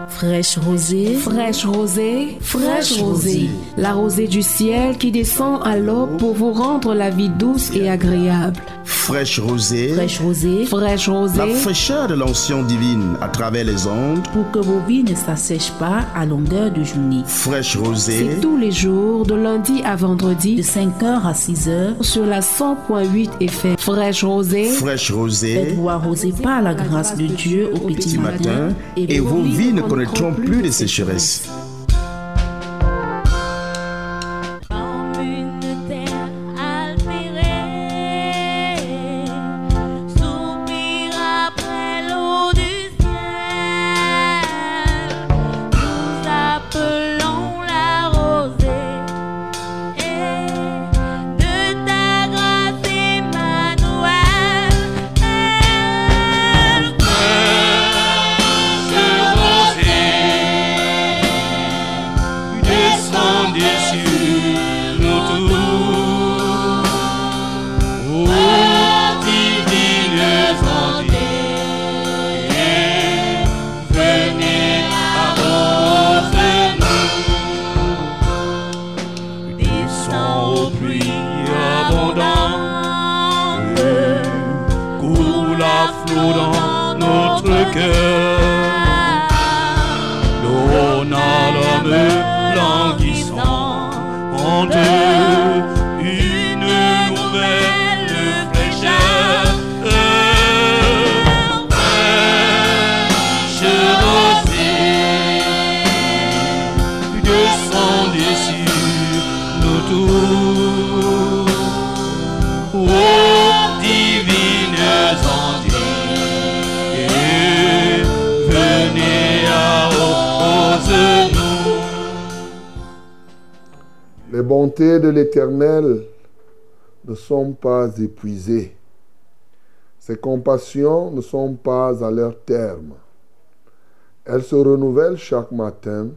Fraîche rosée, fraîche rosée, fraîche rosée. La rosée du ciel qui descend à l'aube pour vous rendre la vie douce et agréable. Fraîche rosée, Fraîche rosée, fraîche rosée. la fraîcheur de l'onction divine à travers les ondes. Pour que vos vies ne s'assèchent pas à longueur de journée. Fraîche rosée, C'est tous les jours, de lundi à vendredi, de 5h à 6h, sur la 100.8 FM. Fraîche rosée, fraîche rosée, faites-vous arroser par la grâce de Dieu au petit matin, et vos vies ne connaîtront plus de sécheresse. Les bontés de l'Éternel ne sont pas épuisées. Ses compassions ne sont pas à leur terme. Elles se renouvellent chaque matin.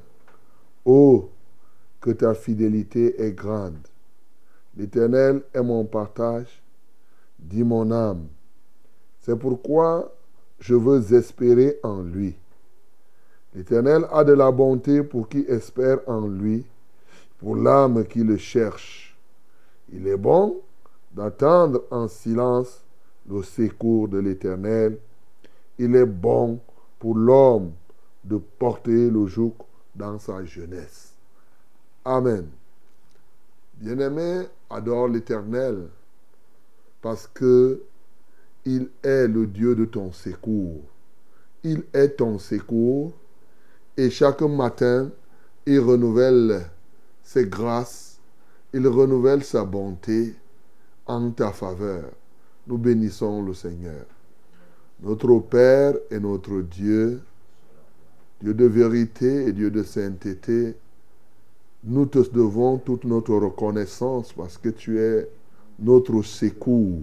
Oh, que ta fidélité est grande. L'Éternel est mon partage, dit mon âme. C'est pourquoi je veux espérer en lui. L'Éternel a de la bonté pour qui espère en lui, pour l'âme qui le cherche. Il est bon d'attendre en silence le secours de l'Éternel. Il est bon pour l'homme de porter le joug dans sa jeunesse. Amen. Bien-aimé, adore l'Éternel parce que il est le Dieu de ton secours. Il est ton secours et chaque matin, il renouvelle ses grâces, il renouvelle sa bonté en ta faveur. Nous bénissons le Seigneur. Notre Père et notre Dieu, Dieu de vérité et Dieu de sainteté, nous te devons toute notre reconnaissance parce que tu es notre secours.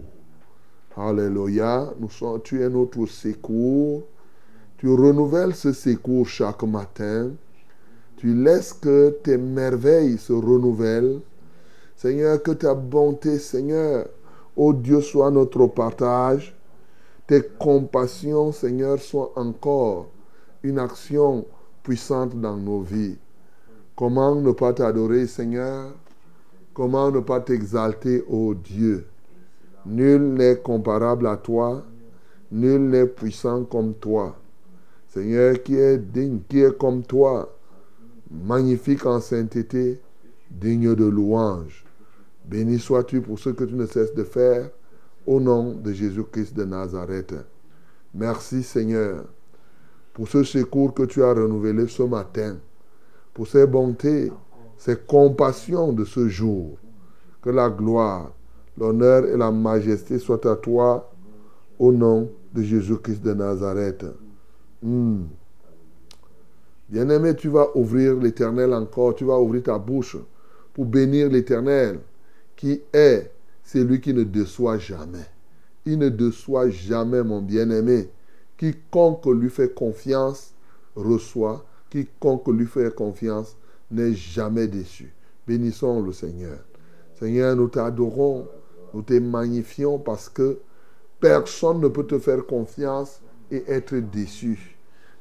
Alléluia, tu es notre secours. Tu renouvelles ce secours chaque matin. Tu laisses que tes merveilles se renouvellent. Seigneur, que ta bonté, Seigneur, ô Dieu, soit notre partage. Tes compassions, Seigneur, soient encore une action puissante dans nos vies. Comment ne pas t'adorer, Seigneur? Comment ne pas t'exalter, ô Dieu? Nul n'est comparable à toi. Nul n'est puissant comme toi. Seigneur, qui est digne, qui est comme toi, magnifique en sainteté, digne de louange. Béni sois-tu pour ce que tu ne cesses de faire, au nom de Jésus-Christ de Nazareth. Merci Seigneur, pour ce secours que tu as renouvelé ce matin, pour ces bontés, ces compassions de ce jour. Que la gloire, l'honneur et la majesté soient à toi, au nom de Jésus-Christ de Nazareth. Bien-aimé, tu vas ouvrir l'Éternel encore, tu vas ouvrir ta bouche pour bénir l'Éternel, qui est celui qui ne déçoit jamais. Il ne déçoit jamais, mon bien-aimé. Quiconque lui fait confiance reçoit. Quiconque lui fait confiance n'est jamais déçu. Bénissons le Seigneur. Seigneur, nous t'adorons, nous te magnifions parce que personne ne peut te faire confiance et être déçu.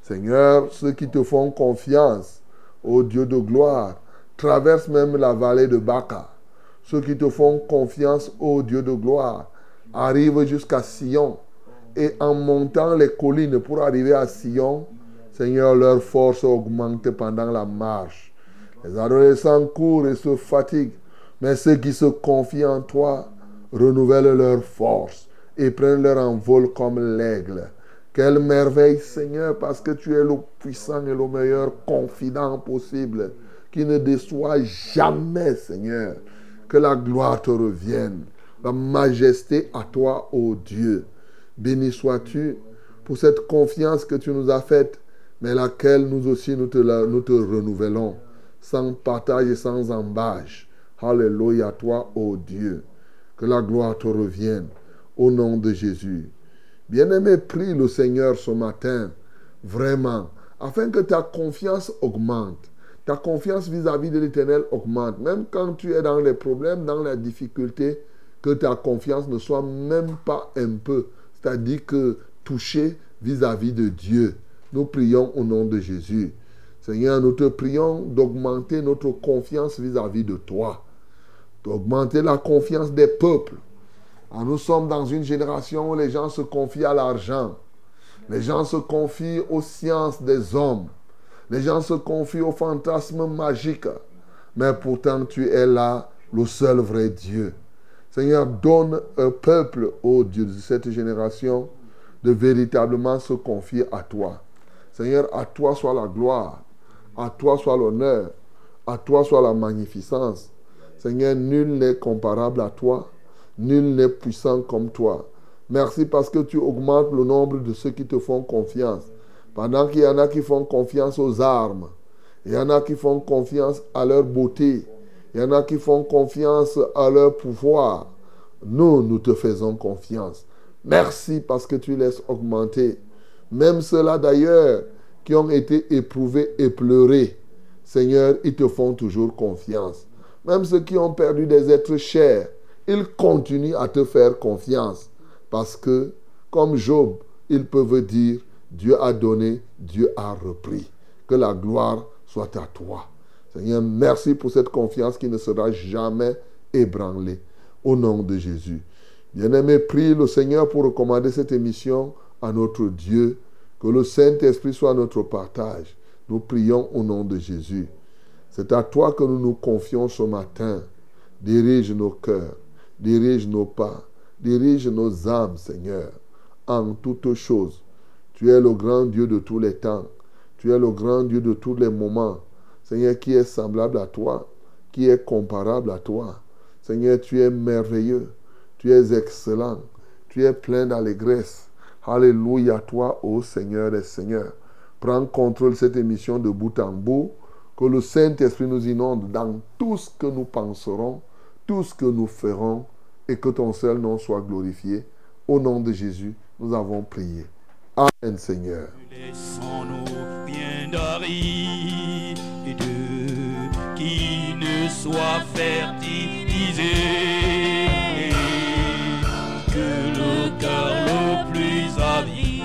Seigneur, ceux qui te font confiance, ô Dieu de gloire, traversent même la vallée de Baca. Ceux qui te font confiance, ô Dieu de gloire, arrivent jusqu'à Sion. Et en montant les collines pour arriver à Sion, Seigneur, leur force augmente pendant la marche. Les adolescents courent et se fatiguent, mais ceux qui se confient en toi renouvellent leur force et prennent leur envol comme l'aigle. Quelle merveille, Seigneur, parce que tu es le puissant et le meilleur confident possible, qui ne déçoit jamais, Seigneur. Que la gloire te revienne, la majesté à toi, ô Dieu. Béni sois-tu pour cette confiance que tu nous as faite, mais laquelle nous aussi nous te renouvelons, sans partage et sans embâche. Alléluia à toi, ô Dieu. Que la gloire te revienne, au nom de Jésus. Bien-aimé, prie le Seigneur ce matin, vraiment, afin que ta confiance augmente. Ta confiance vis-à-vis de l'Éternel augmente. Même quand tu es dans les problèmes, dans les difficultés, que ta confiance ne soit même pas un peu, c'est-à-dire que touchée vis-à-vis de Dieu. Nous prions au nom de Jésus. Seigneur, nous te prions d'augmenter notre confiance vis-à-vis de toi, d'augmenter la confiance des peuples. Nous sommes dans une génération où les gens se confient à l'argent. Les gens se confient aux sciences des hommes. Les gens se confient aux fantasmes magiques. Mais pourtant, tu es là, le seul vrai Dieu. Seigneur, donne un peuple, ô Dieu, de cette génération, de véritablement se confier à toi. Seigneur, à toi soit la gloire. À toi soit l'honneur. À toi soit la magnificence. Seigneur, nul n'est comparable à toi. Nul n'est puissant comme toi. Merci parce que tu augmentes le nombre de ceux qui te font confiance. Pendant qu'il y en a qui font confiance aux armes. Il y en a qui font confiance à leur beauté. Il y en a qui font confiance à leur pouvoir. Nous te faisons confiance. Merci parce que tu laisses augmenter. Même ceux-là d'ailleurs qui ont été éprouvés et pleurés. Seigneur, ils te font toujours confiance. Même ceux qui ont perdu des êtres chers. Ils continuent à te faire confiance parce que, comme Job, ils peuvent dire, Dieu a donné, Dieu a repris. Que la gloire soit à toi. Seigneur, merci pour cette confiance qui ne sera jamais ébranlée. Au nom de Jésus. Bien-aimé, prie le Seigneur pour recommander cette émission à notre Dieu. Que le Saint-Esprit soit notre partage. Nous prions au nom de Jésus. C'est à toi que nous nous confions ce matin. Dirige nos cœurs. Dirige nos pas, dirige nos âmes, Seigneur, en toutes choses. Tu es le grand Dieu de tous les temps. Tu es le grand Dieu de tous les moments. Seigneur, qui est semblable à toi, qui est comparable à toi. Seigneur, tu es merveilleux, tu es excellent, tu es plein d'allégresse. Alléluia à toi, ô Seigneur des Seigneurs. Prends contrôle de cette émission de bout en bout, que le Saint-Esprit nous inonde dans tout ce que nous penserons, tout ce que nous ferons, et que ton seul nom soit glorifié. Au nom de Jésus, nous avons prié. Amen, Seigneur. Laissons-nous bien d'arides, qui ne soient fertilisés, que le cœur le plus avide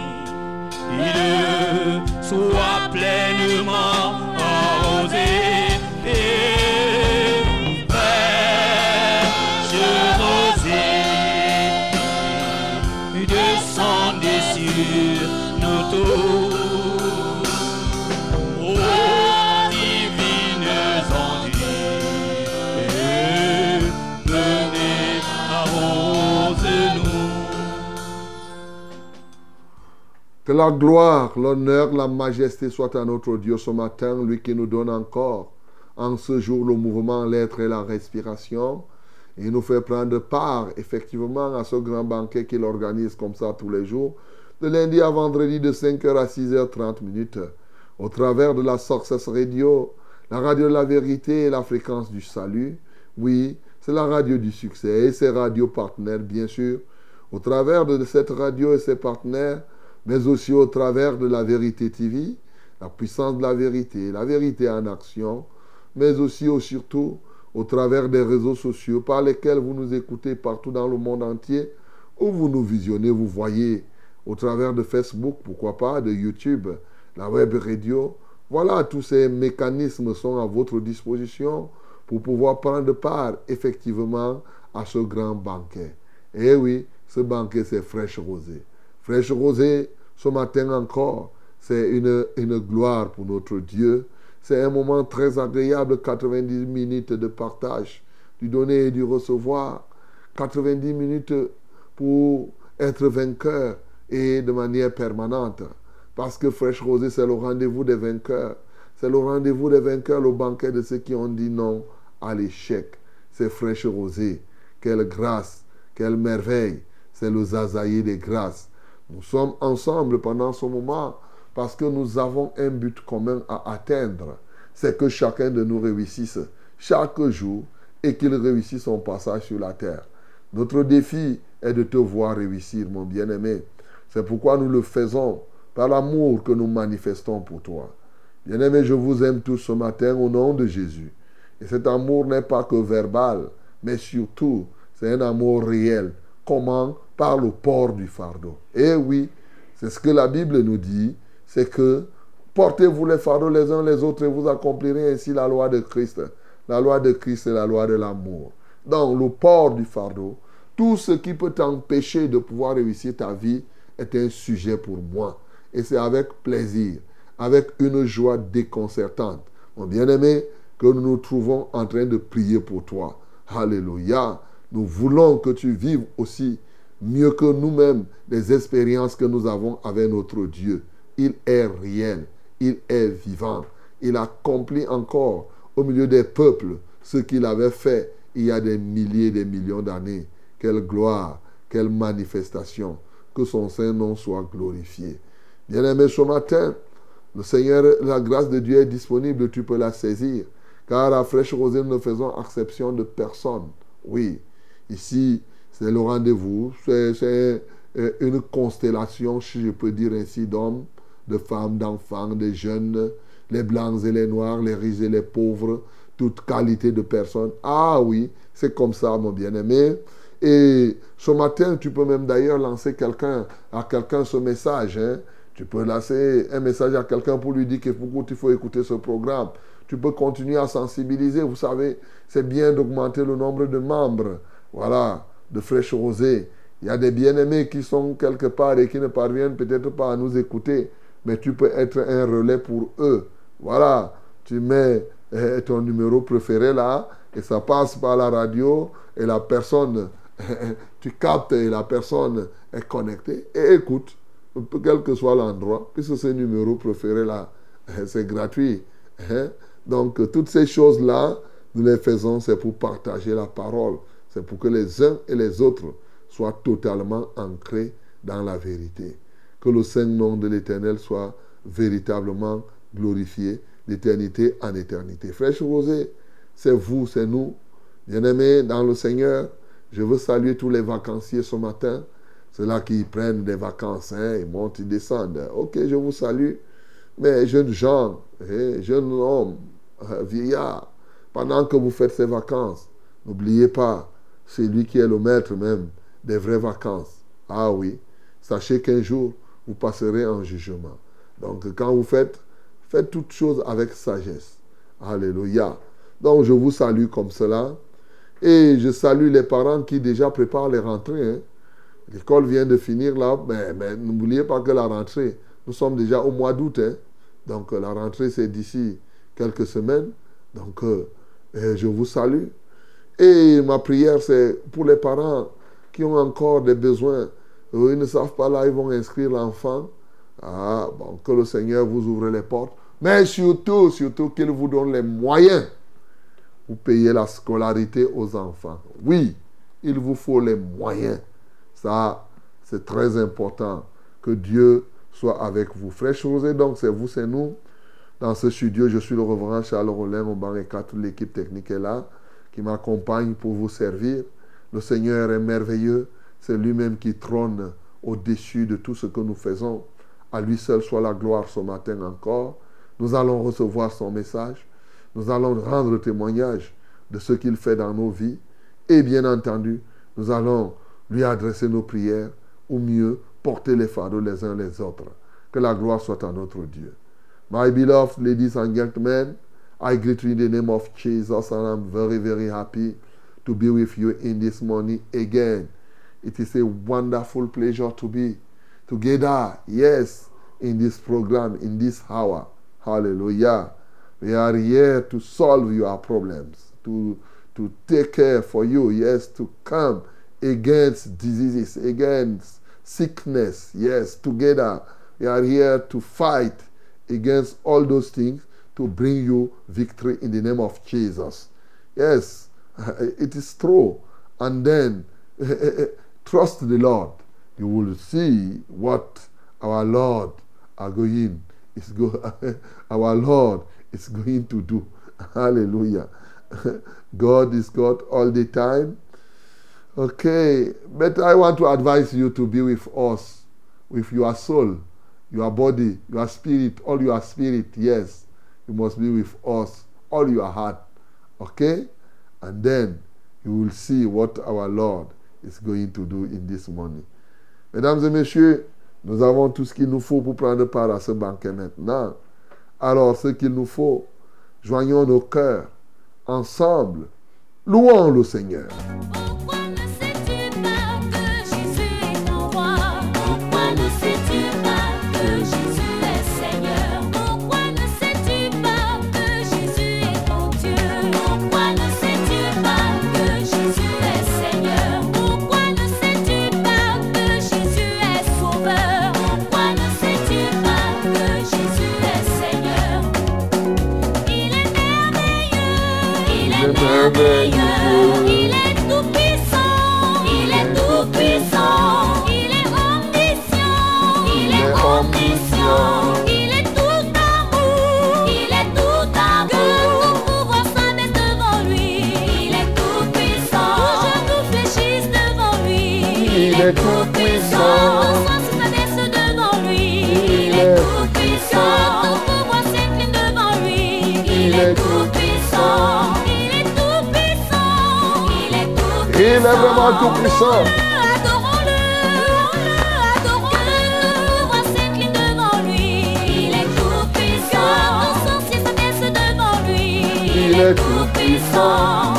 soit pleinement arrosé. Que la gloire, l'honneur, la majesté soient à notre Dieu ce matin, lui qui nous donne encore en ce jour le mouvement, l'être et la respiration. Et il nous fait prendre part effectivement à ce grand banquet qu'il organise comme ça tous les jours, de lundi à vendredi de 5h à 6h30, au travers de la Success Radio, la radio de la vérité et la fréquence du salut. Oui, c'est la radio du succès et ses radios partenaires, bien sûr, au travers de cette radio et ses partenaires, mais aussi au travers de la Vérité TV, la puissance de la vérité en action, mais aussi surtout au travers des réseaux sociaux par lesquels vous nous écoutez partout dans le monde entier, où vous nous visionnez, vous voyez, au travers de Facebook, pourquoi pas, de YouTube, la web radio. Voilà, tous ces mécanismes sont à votre disposition pour pouvoir prendre part effectivement à ce grand banquet. Et oui, ce banquet, c'est Fraîche Rosée. Fraîche Rosée, ce matin encore, c'est une gloire pour notre Dieu. C'est un moment très agréable, 90 minutes de partage, du donner et du recevoir. 90 minutes pour être vainqueur et de manière permanente. Parce que Fraîche Rosée, c'est le rendez-vous des vainqueurs. C'est le rendez-vous des vainqueurs, le banquet de ceux qui ont dit non à l'échec. C'est Fraîche Rosée. Quelle grâce, quelle merveille. C'est le Zazaïe des grâces. Nous sommes ensemble pendant ce moment parce que nous avons un but commun à atteindre. C'est que chacun de nous réussisse chaque jour et qu'il réussisse son passage sur la terre. Notre défi est de te voir réussir, mon bien-aimé. C'est pourquoi nous le faisons par l'amour que nous manifestons pour toi. Bien-aimé, je vous aime tous ce matin au nom de Jésus. Et cet amour n'est pas que verbal, mais surtout, c'est un amour réel. Comment? Par le port du fardeau. Et oui, c'est ce que la Bible nous dit, c'est que portez-vous les fardeaux les uns les autres et vous accomplirez ainsi la loi de Christ. La loi de Christ, c'est la loi de l'amour. Donc, le port du fardeau, tout ce qui peut t'empêcher de pouvoir réussir ta vie est un sujet pour moi. Et c'est avec plaisir, avec une joie déconcertante, mon bien-aimé, que nous nous trouvons en train de prier pour toi. Alléluia. Nous voulons que tu vives aussi mieux que nous-mêmes les expériences que nous avons avec notre Dieu. Il est réel, il est vivant. Il accomplit encore au milieu des peuples ce qu'il avait fait il y a des milliers, des millions d'années. Quelle gloire, quelle manifestation. Que son Saint-Nom soit glorifié. Bien-aimé, ce matin, le Seigneur, la grâce de Dieu est disponible, tu peux la saisir. Car à Fraîche Rosée, nous ne faisons exception de personne. Oui, ici, c'est le rendez-vous. C'est une constellation, si je peux dire ainsi, d'hommes, de femmes, d'enfants, de jeunes, les blancs et les noirs, les riches et les pauvres, toute qualité de personnes. Ah oui, c'est comme ça, mon bien-aimé. Et ce matin, tu peux même d'ailleurs lancer à quelqu'un ce message. Tu peux lancer un message à quelqu'un pour lui dire qu'il faut écouter ce programme. Tu peux continuer à sensibiliser. Vous savez, c'est bien d'augmenter le nombre de membres. Voilà, de Fraîche Rosée. Il y a des bien-aimés qui sont quelque part et qui ne parviennent peut-être pas à nous écouter. Mais tu peux être un relais pour eux. Voilà, tu mets ton numéro préféré là et ça passe par la radio et la personne, tu captes et la personne est connectée et écoute, quel que soit l'endroit, puisque ce numéro préféré là, c'est gratuit. Donc, toutes ces choses-là, nous les faisons, c'est pour partager la parole. C'est pour que les uns et les autres soient totalement ancrés dans la vérité. Que le Saint-Nom de l'Éternel soit véritablement glorifié d'éternité en éternité. Fraîche Rosée, c'est vous, c'est nous. Bien-aimés dans le Seigneur, je veux saluer tous les vacanciers ce matin. Ceux-là qui prennent des vacances, ils montent, ils descendent. Ok, je vous salue. Mais jeunes gens, jeunes hommes, vieillards, pendant que vous faites ces vacances, n'oubliez pas, c'est lui qui est le maître même des vraies vacances. Ah oui, sachez qu'un jour, vous passerez en jugement. Donc, quand vous faites toutes choses avec sagesse. Alléluia. Donc, je vous salue comme cela. Et je salue les parents qui déjà préparent les rentrées. L'école vient de finir là, mais n'oubliez pas que la rentrée, nous sommes déjà au mois d'août. Donc, la rentrée, c'est d'ici quelques semaines. Donc, je vous salue. Et ma prière, c'est pour les parents qui ont encore des besoins. Ils ne savent pas là, ils vont inscrire l'enfant. Ah, bon, que le Seigneur vous ouvre les portes. Mais surtout qu'il vous donne les moyens pour payer la scolarité aux enfants. Oui, il vous faut les moyens. Ça, c'est très important. Que Dieu soit avec vous. Fraîche Rosée, donc, c'est vous, c'est nous. Dans ce studio, je suis le reverend Charles Rollin, au banc et toute l'équipe technique est là, qui m'accompagne pour vous servir. Le Seigneur est merveilleux. C'est lui-même qui trône au-dessus de tout ce que nous faisons. À lui seul soit la gloire ce matin encore. Nous allons recevoir son message. Nous allons rendre témoignage de ce qu'il fait dans nos vies. Et bien entendu, nous allons lui adresser nos prières, ou mieux, porter les fardeaux les uns les autres. Que la gloire soit à notre Dieu. My beloved ladies and gentlemen, I greet you in the name of Jesus, and I'm very, very happy to be with you in this morning again. It is a wonderful pleasure to be together, yes, in this program, in this hour. Hallelujah. We are here to solve your problems, to take care for you, yes, to come against diseases, against sickness, yes, together. We are here to fight against all those things to bring you victory in the name of Jesus. Yes, it is true. And then trust the Lord. You will see what our Lord our Lord is going to do. Hallelujah. God is God all the time. Okay, but I want to advise you to be with us, with your soul, your body, your spirit, all your spirit, yes. You must be with us, all your heart. Okay? And then you will see what our Lord is going to do in this morning. Mesdames et messieurs, nous avons tout ce qu'il nous faut pour prendre part à ce banquet maintenant. Alors, ce qu'il nous faut, joignons nos cœurs ensemble, louons le Seigneur. Il est tout puissant, il est tout puissant, il est omniscient, il est omniscient, il est tout amour, il est tout amour, que tout pouvoir s'abaisse devant lui, il est tout puissant, tout genou fléchisse devant lui, il est tout puissant, tout sens s'abaisse devant lui, il est tout puissant, tout pouvoir s'incline devant lui, il est tout puissant. Il est vraiment tout puissant. Adorons-le, adorons-le, pouvoir s'incline devant lui. Il est tout puissant, tout sorcier s'abaisse devant lui. Il est tout puissant.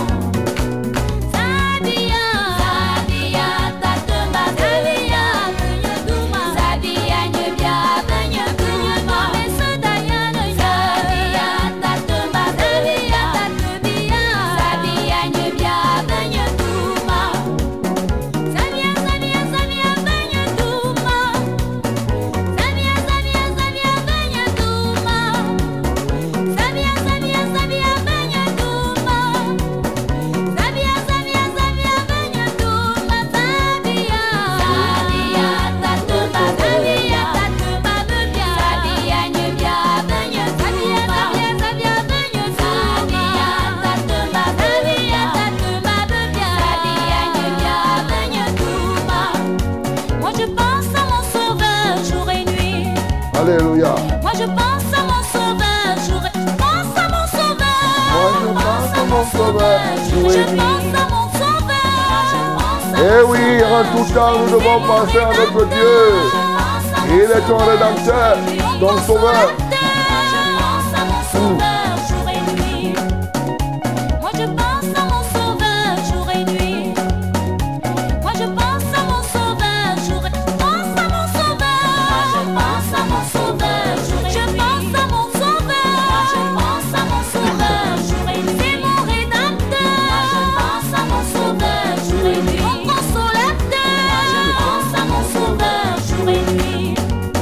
Sabia, Sabia, tatemba, Sabia, venye douma, Sabia, nyebia, venye douma, Mesodaya, Sabia, tatemba, Sabia, tatebia, Sabia, nyebia, venye douma. Sabia, Sabia, Sabia, venye douma. Sabia, Sabia, Sabia, venye douma. Sabia, Sabia, Sabia, venye douma. Sabia, Sabia, Sabia, venye douma. Sabia, Sabia, tatemba, Sabia, tatemba, bebia, Sabia, nyebia, venye douma. Sabia, Sabia, venye douma. Tatemba, Sabia, tatemba, bebia, Sabia, nyebia, venye douma. Moi je pense à mon sauveur jour et nuit. Alléluia. Moi je pense à mon sauveur jour et nuit. Je pense à mon sauveur. Moi je pense à mon sauveur jour Je et nuit. pense à mon sauveur. Je pense à Eh oui, en tout temps, nous devons penser à notre Dieu. Il est ton rédempteur, ton sauveur. Je pense à mon sauveur jour et nuit. Moi je pense à mon sauveur jour et nuit. Moi je pense à mon sauveur jour et nuit. Je pense à mon sauveur. Je pense à mon sauveur jour et nuit. Je pense à mon sauveur. Je pense à mon sauveur jour et nuit. C'est mon rédempteur. Je pense à mon sauveur jour et nuit. Mon consolateur. Je pense à mon sauveur jour et nuit.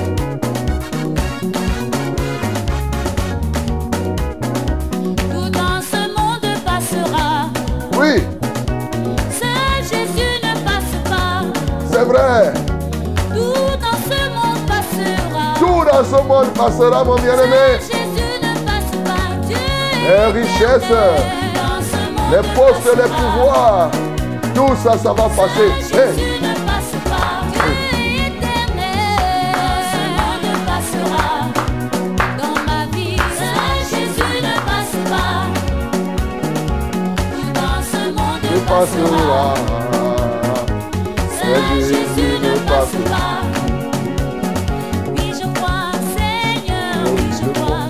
Tout dans ce monde passera. Oui, Seul Jésus ne passe pas. c'est vrai. Tout dans ce monde passera. Tout dans ce monde passera, mon bien-aimé. Seul Jésus ne passe pas. Dieu Les est richesses, éternel. Dans ce monde les postes, les passera. pouvoirs, tout ça, ça va passer. Seul Eh, Jésus ne passe pas. Dieu est éternel. Dans ce monde passera. Dans ma vie, seul Jésus ne passe pas. Tout dans ce monde il passera. Seul Jésus ne passe pas. Oui, je crois, Seigneur, oui, je crois.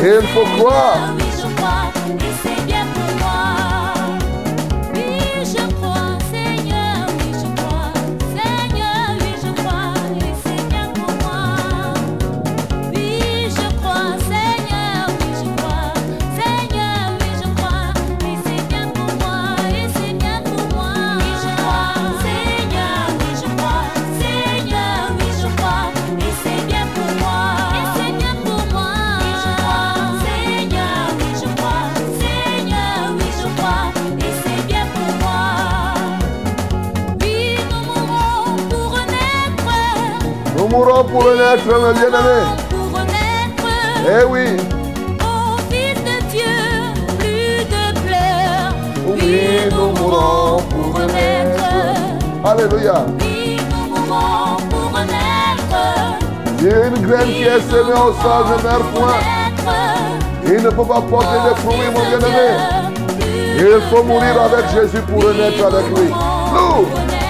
Et il faut croire. Oui, je crois, et c'est bien pour moi. Oui, je crois, Seigneur, oui, je crois. Seigneur, oui, je crois, et c'est bien pour moi. Oui, je crois, Seigneur, oui, je crois. Seigneur, oui, je crois, et c'est bien pour moi, et c'est bien pour moi. Oui, je crois, Seigneur, oui, je crois. Seigneur, oui, je crois, et c'est bien pour moi, et c'est bien pour moi. Oui, je crois, Seigneur, oui, je crois. Seigneur, oui, je crois, et c'est bien pour moi. Oui, nous mourrons pour renaître. Nous mourrons pour renaître, mes bien-aimés. Pour renaître. Eh oui. Ô Fils de Dieu, plus de pleurs. Oui, nous mourrons pour renaître. Alléluia. Oui, nous mourrons pour renaître. Il y a une graine qui est semée au sol de mer point. Il ne peut pas porter de fruits, mon bien-aimé. Il faut mourir avec Jésus pour renaître avec lui. Nous.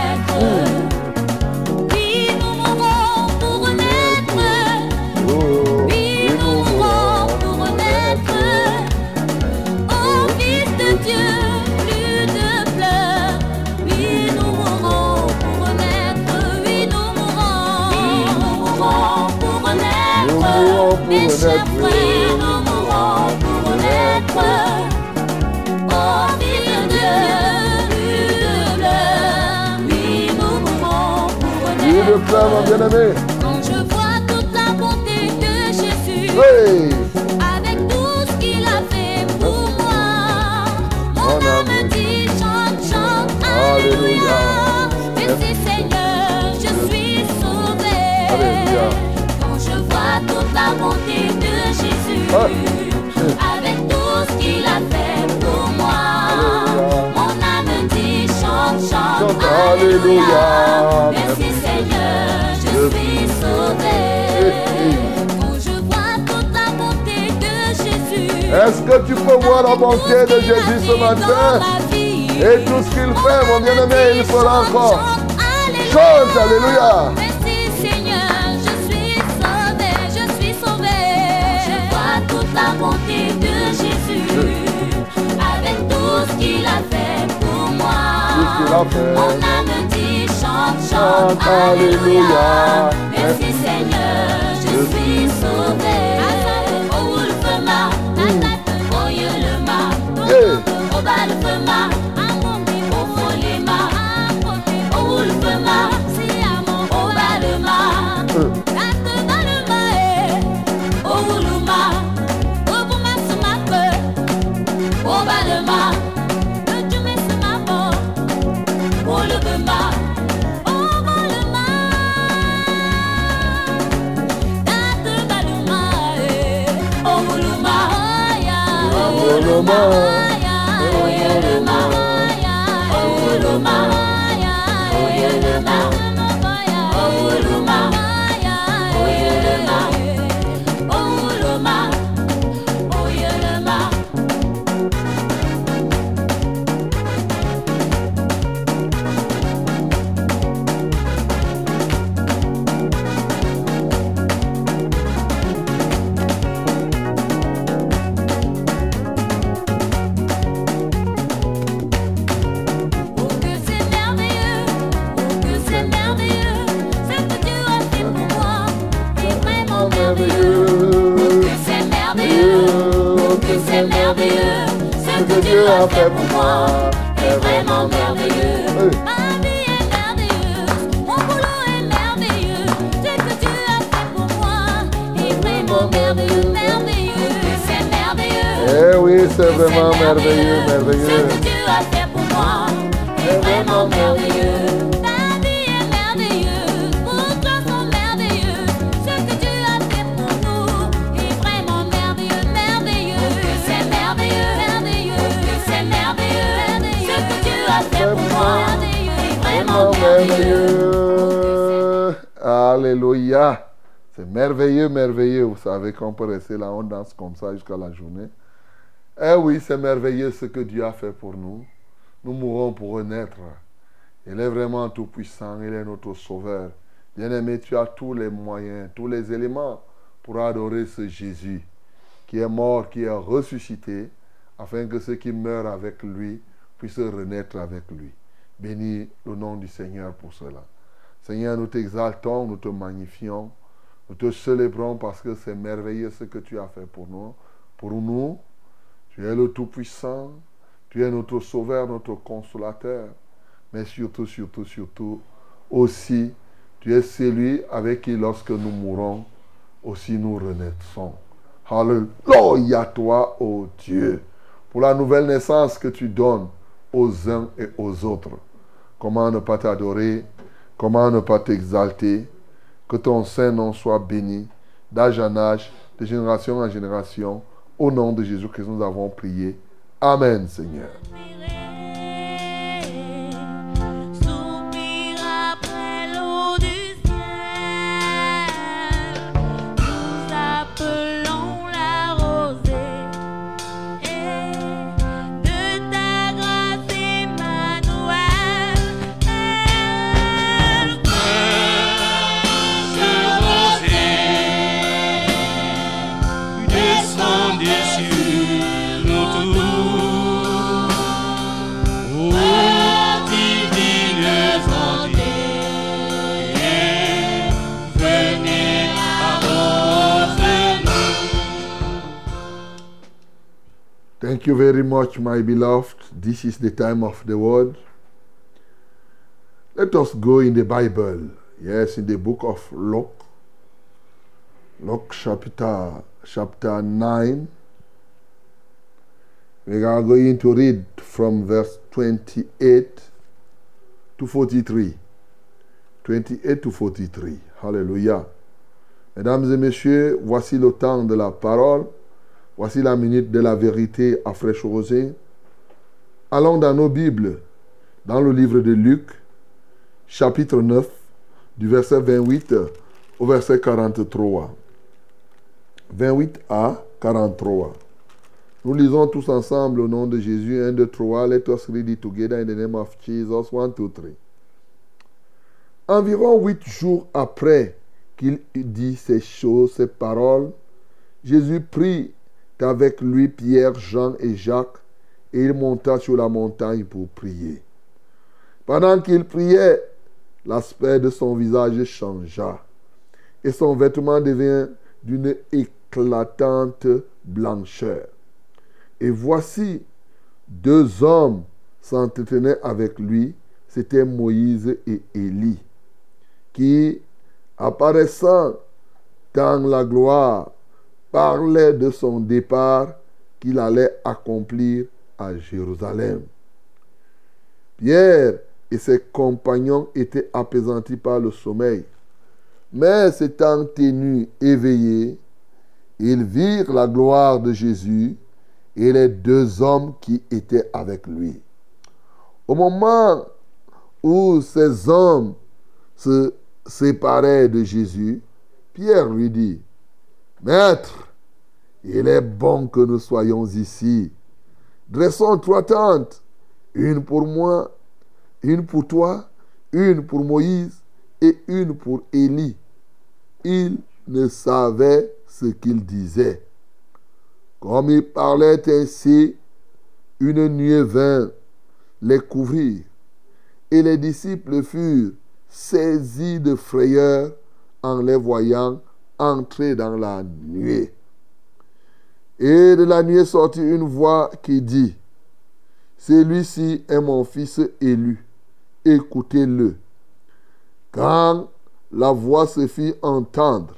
Oui, nous mourrons pour renaître. Oh, Oui, nous mourrons pour renaître. Ô Fils de Dieu, plus de pleurs. Oui, nous mourrons pour renaître. Oui, nous mourrons pour renaître. Nous mourrons pour Mes chers renaître. frères, nous mourrons pour renaître. Ô Fils de Dieu, plus de pleurs. Oui, nous mourrons pour il le renaître. plein, mon bien-aimé. Quand je vois toute la bonté de Jésus, Oui. avec tout ce qu'il a fait pour moi, mon âme dit chante, chante, alléluia. Merci Seigneur, je suis sauvé. Alléluia. Quand je vois toute la bonté de Jésus, avec tout ce qu'il a fait pour moi, mon âme dit chante, chante, Chante, alléluia. alléluia. Merci Seigneur, je suis sauvé. Quand je vois toute la bonté de Jésus, Est-ce que tu peux voir la bonté de Jésus ce matin? Et tout ce qu'il fait, mon bien-aimé, il le fera encore. Chante, alléluia. Merci Seigneur, je suis sauvé, je suis sauvé. Je vois toute la bonté de Jésus, avec tout ce qu'il a fait pour moi. Tout ce qu'il a fait. Mon âme dit chante, chante, Chante, alléluia. alléluia. Merci Seigneur, je suis sauvé. Oh, le feu m'a, oh, le m'a, Yeah. oh, bah, le feu m'a, oh, folie m'a, oh, le feu m'a, oh, bah, le m'a, oh, le m'a, oh, pour ma se m'a peu, oh, bah, le m'a, tu me se m'a bon, oh, le feu m'a, oh, bah, le m'a, oh, le m'a, Oh, le mât. C'est merveilleux, ce que Dieu a fait pour moi est vraiment merveilleux. Ma vie est merveilleuse, mon boulot est merveilleux, ce que Dieu a fait pour moi est vraiment merveilleux, merveilleux. C'est merveilleux. Eh oui, c'est vraiment merveilleux, Ce merveilleux. que Dieu a fait pour moi est vraiment merveilleux. Ta vie est merveilleuse, vos toi sont merveilleux. Ce que Dieu a fait pour nous est vraiment merveilleux, merveilleux. C'est merveilleux, merveilleux. C'est merveilleux. Ce que Dieu a fait pour moi est vraiment merveilleux. Alléluia. C'est merveilleux, merveilleux. Vous savez qu'on peut rester là, on danse comme ça jusqu'à la journée. Eh oui, c'est merveilleux ce que Dieu a fait pour nous. Nous mourrons pour renaître. Il est vraiment tout puissant, il est notre sauveur. Bien-aimé, tu as tous les moyens, tous les éléments pour adorer ce Jésus qui est mort, qui est ressuscité, afin que ceux qui meurent avec lui puissent renaître avec lui. Bénis le nom du Seigneur pour cela. Seigneur, nous t'exaltons, nous te magnifions, nous te célébrons parce que c'est merveilleux ce que tu as fait pour nous. Pour nous, tu es le Tout-Puissant, tu es notre Sauveur, notre Consolateur, mais surtout, aussi, tu es celui avec qui, lorsque nous mourrons, aussi nous renaissons. Alléluia toi, ô Dieu, pour la nouvelle naissance que tu donnes aux uns et aux autres. Comment ne pas t'adorer, comment ne pas t'exalter, que ton Saint-Nom soit béni, d'âge en âge, de génération en génération. Au nom de Jésus-Christ, nous avons prié. Amen, Seigneur. Thank you very much, my beloved. This is the time of the word. Let us go in the Bible. Yes, in the book of Luke. Luke chapter 9. We are going to read from verse 28 to 43. 28 to 43. Hallelujah. Mesdames et messieurs, voici le temps de la parole. Voici la minute de la vérité à fraîche rosée. Allons dans nos Bibles, dans le livre de Luc, chapitre 9, du verset 28 au verset 43. 28 à 43. Nous lisons tous ensemble au nom de Jésus. 1, 2, 3. Let us read it together in the name of Jesus. 1, 2, 3. Environ 8 jours après qu'il eut dit ces choses, ces paroles, Jésus prit avec lui Pierre, Jean et Jacques, et il monta sur la montagne pour prier. Pendant qu'il priait, l'aspect de son visage changea, et son vêtement devint d'une éclatante blancheur. Et voici, 2 hommes s'entretenaient avec lui, c'étaient Moïse et Élie, qui, apparaissant dans la gloire, parlait de son départ qu'il allait accomplir à Jérusalem. Pierre et ses compagnons étaient appesantis par le sommeil, mais s'étant tenus éveillés, ils virent la gloire de Jésus et les 2 hommes qui étaient avec lui. Au moment où ces hommes se séparaient de Jésus, Pierre lui dit: Maître, il est bon que nous soyons ici. Dressons 3 tentes, une pour moi, une pour toi, une pour Moïse et une pour Élie. Il ne savait ce qu'il disait. Comme il parlait ainsi, une nuée vint les couvrir, et les disciples furent saisis de frayeur en les voyant entrer dans la nuée. Et de la nuée sortit une voix qui dit: Celui-ci est mon fils élu, écoutez-le. Quand la voix se fit entendre,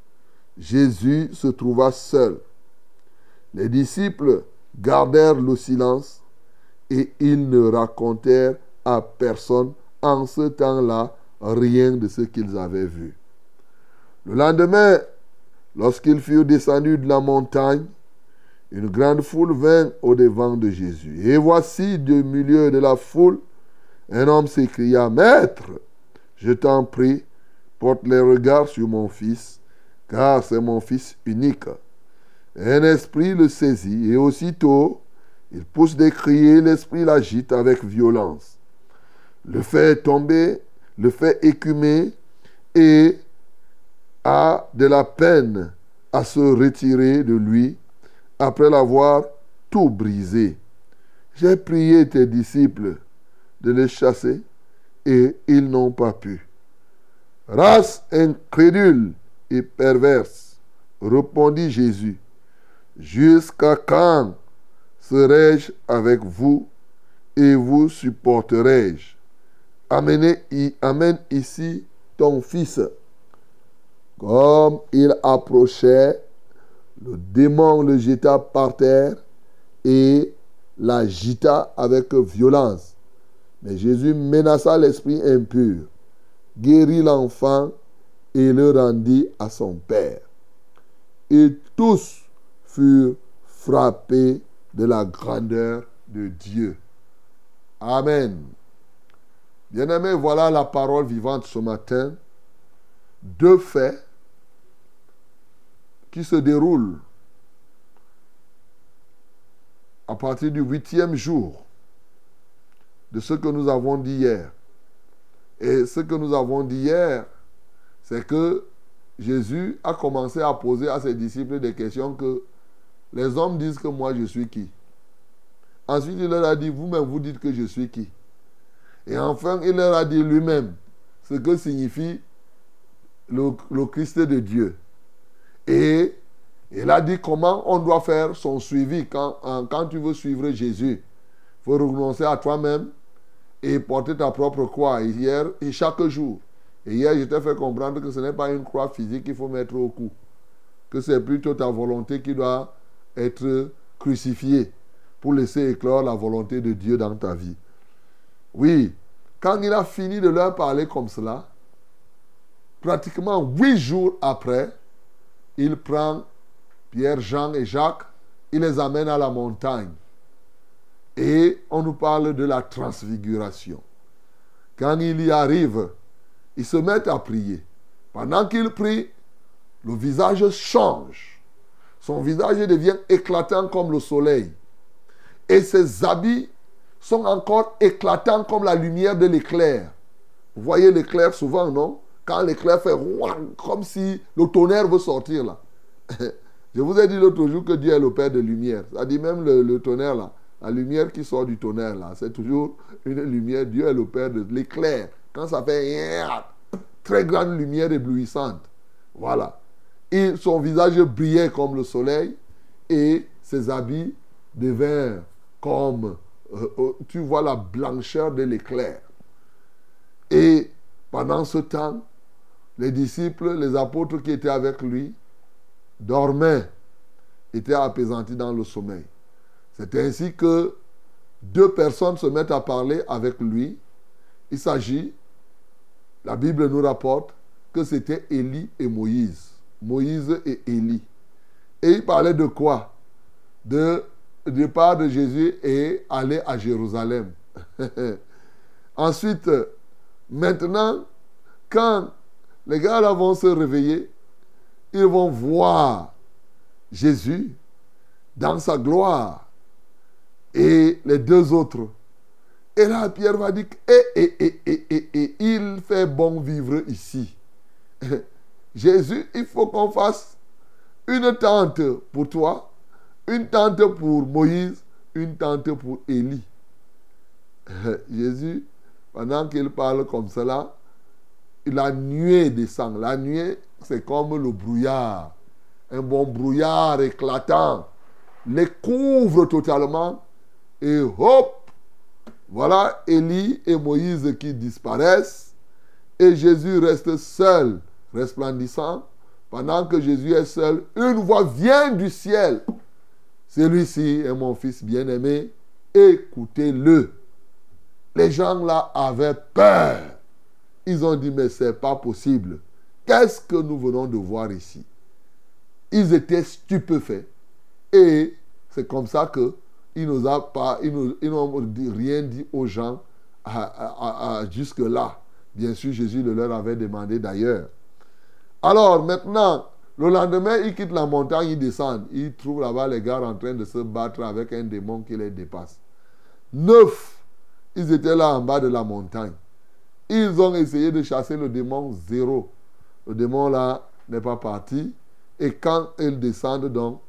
Jésus se trouva seul. Les disciples gardèrent le silence et ils ne racontèrent à personne en ce temps-là rien de ce qu'ils avaient vu. Le lendemain, lorsqu'ils furent descendus de la montagne, une grande foule vint au-devant de Jésus. Et voici, du milieu de la foule, un homme s'écria: Maître, je t'en prie, porte les regards sur mon fils, car c'est mon fils unique. Un esprit le saisit, et aussitôt, il pousse des cris, et l'esprit l'agite avec violence. Le fait tomber, le fait écumer, et a de la peine à se retirer de lui, après l'avoir tout brisé. J'ai prié tes disciples de les chasser et ils n'ont pas pu. Race incrédule et perverse, répondit Jésus, jusqu'à quand serai-je avec vous et vous supporterai-je? Amène ici ton fils. Comme il approchait, le démon le jeta par terre et l'agita avec violence. Mais Jésus menaça l'esprit impur, guérit l'enfant et le rendit à son père. Et tous furent frappés de la grandeur de Dieu. Amen. Bien-aimés, voilà la parole vivante ce matin. Deux faits qui se déroulent à partir du 8e jour de ce que nous avons dit hier. Et ce que nous avons dit hier, c'est que Jésus a commencé à poser à ses disciples des questions que les hommes disent que moi je suis qui. Ensuite, il leur a dit, vous-même, vous dites que je suis qui. Et enfin, il leur a dit lui-même ce que signifie le Christ de Dieu. Et il a dit comment on doit faire son suivi quand tu veux suivre Jésus. Il faut renoncer à toi-même et porter ta propre croix hier et chaque jour. Et hier, je t'ai fait comprendre que ce n'est pas une croix physique qu'il faut mettre au cou. Que c'est plutôt ta volonté qui doit être crucifiée pour laisser éclore la volonté de Dieu dans ta vie. Oui, quand il a fini de leur parler comme cela, pratiquement 8 jours après, il prend Pierre, Jean et Jacques, il les amène à la montagne. Et on nous parle de la transfiguration. Quand il y arrive, ils se mettent à prier. Pendant qu'il prie, le visage change. Son visage devient éclatant comme le soleil. Et ses habits sont encore éclatants comme la lumière de l'éclair. Vous voyez l'éclair souvent, non? Quand l'éclair fait comme si le tonnerre veut sortir là. Je vous ai dit l'autre jour que Dieu est le Père de lumière. Ça dit même le tonnerre là. La lumière qui sort du tonnerre là, c'est toujours une lumière. Dieu est le Père de l'éclair. Quand ça fait très grande lumière éblouissante. Voilà. Et son visage brillait comme le soleil et ses habits devinrent comme, tu vois la blancheur de l'éclair. Et pendant ce temps, les disciples, les apôtres qui étaient avec lui, dormaient, étaient apaisantis dans le sommeil. C'est ainsi que 2 personnes se mettent à parler avec lui. Il s'agit, la Bible nous rapporte, que c'était Élie et Moïse. Moïse et Élie. Et il parlait de quoi? De départ de Jésus et aller à Jérusalem. Ensuite, maintenant, quand les gars là vont se réveiller, ils vont voir Jésus dans sa gloire et les 2 autres. Et là, Pierre va dire, il fait bon vivre ici. Jésus, il faut qu'on fasse une tente pour toi, une tente pour Moïse, une tente pour Élie. Jésus, pendant qu'il parle comme cela, la nuée descend. La nuée, c'est comme le brouillard. Un bon brouillard éclatant les couvre totalement. Et hop, voilà Élie et Moïse qui disparaissent. Et Jésus reste seul, resplendissant. Pendant que Jésus est seul, une voix vient du ciel. Celui-ci est mon fils bien-aimé. Écoutez-le. Les gens là avaient peur. Ils ont dit, mais ce n'est pas possible. Qu'est-ce que nous venons de voir ici? Ils étaient stupéfaits. Et c'est comme ça qu'ils n'ont rien dit aux gens jusque-là. Bien sûr, Jésus le leur avait demandé d'ailleurs. Alors maintenant, le lendemain, ils quittent la montagne, ils descendent. Ils trouvent là-bas les gars en train de se battre avec un démon qui les dépasse. 9, ils étaient là en bas de la montagne. Ils ont essayé de chasser le démon, 0. Le démon là n'est pas parti. Et quand ils descendent donc,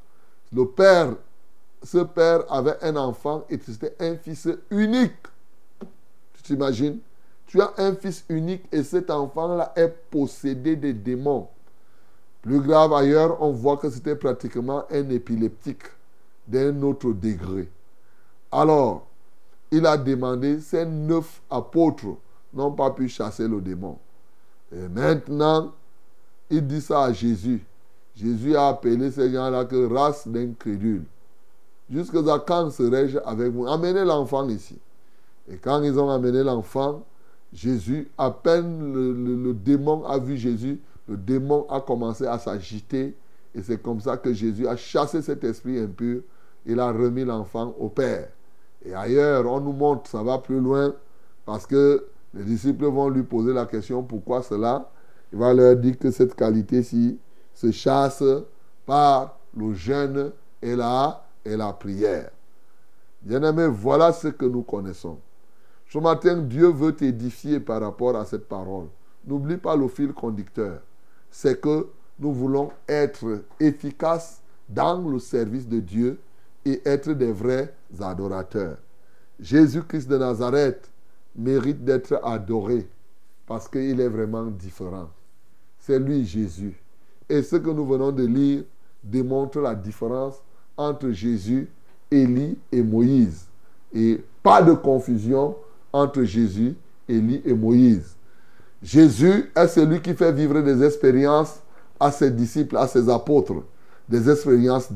ce père avait un enfant et c'était un fils unique. Tu t'imagines? Tu as un fils unique et cet enfant-là est possédé des démons. Plus grave ailleurs, on voit que c'était pratiquement un épileptique d'un autre degré. Alors, il a demandé, ces 9 apôtres n'ont pas pu chasser le démon. Et maintenant, il dit ça à Jésus. Jésus a appelé ces gens-là que race d'incrédules. Jusqu'à quand serai-je avec vous? Amenez l'enfant ici. Et quand ils ont amené l'enfant, Jésus, à peine le démon a vu Jésus, le démon a commencé à s'agiter. Et c'est comme ça que Jésus a chassé cet esprit impur. Il a remis l'enfant au Père. Et ailleurs, on nous montre, ça va plus loin, parce que les disciples vont lui poser la question, pourquoi cela? Il va leur dire que cette qualité-ci se chasse par le jeûne et la prière. Bien-aimés, voilà ce que nous connaissons. Ce matin, Dieu veut t'édifier par rapport à cette parole. N'oublie pas le fil conducteur. C'est que nous voulons être efficaces dans le service de Dieu et être des vrais adorateurs. Jésus-Christ de Nazareth mérite d'être adoré parce qu'il est vraiment différent. C'est lui Jésus. Et ce que nous venons de lire démontre la différence entre Jésus, Élie et Moïse. Et pas de confusion entre Jésus, Élie et Moïse. Jésus est celui qui fait vivre des expériences à ses disciples, à ses apôtres, des expériences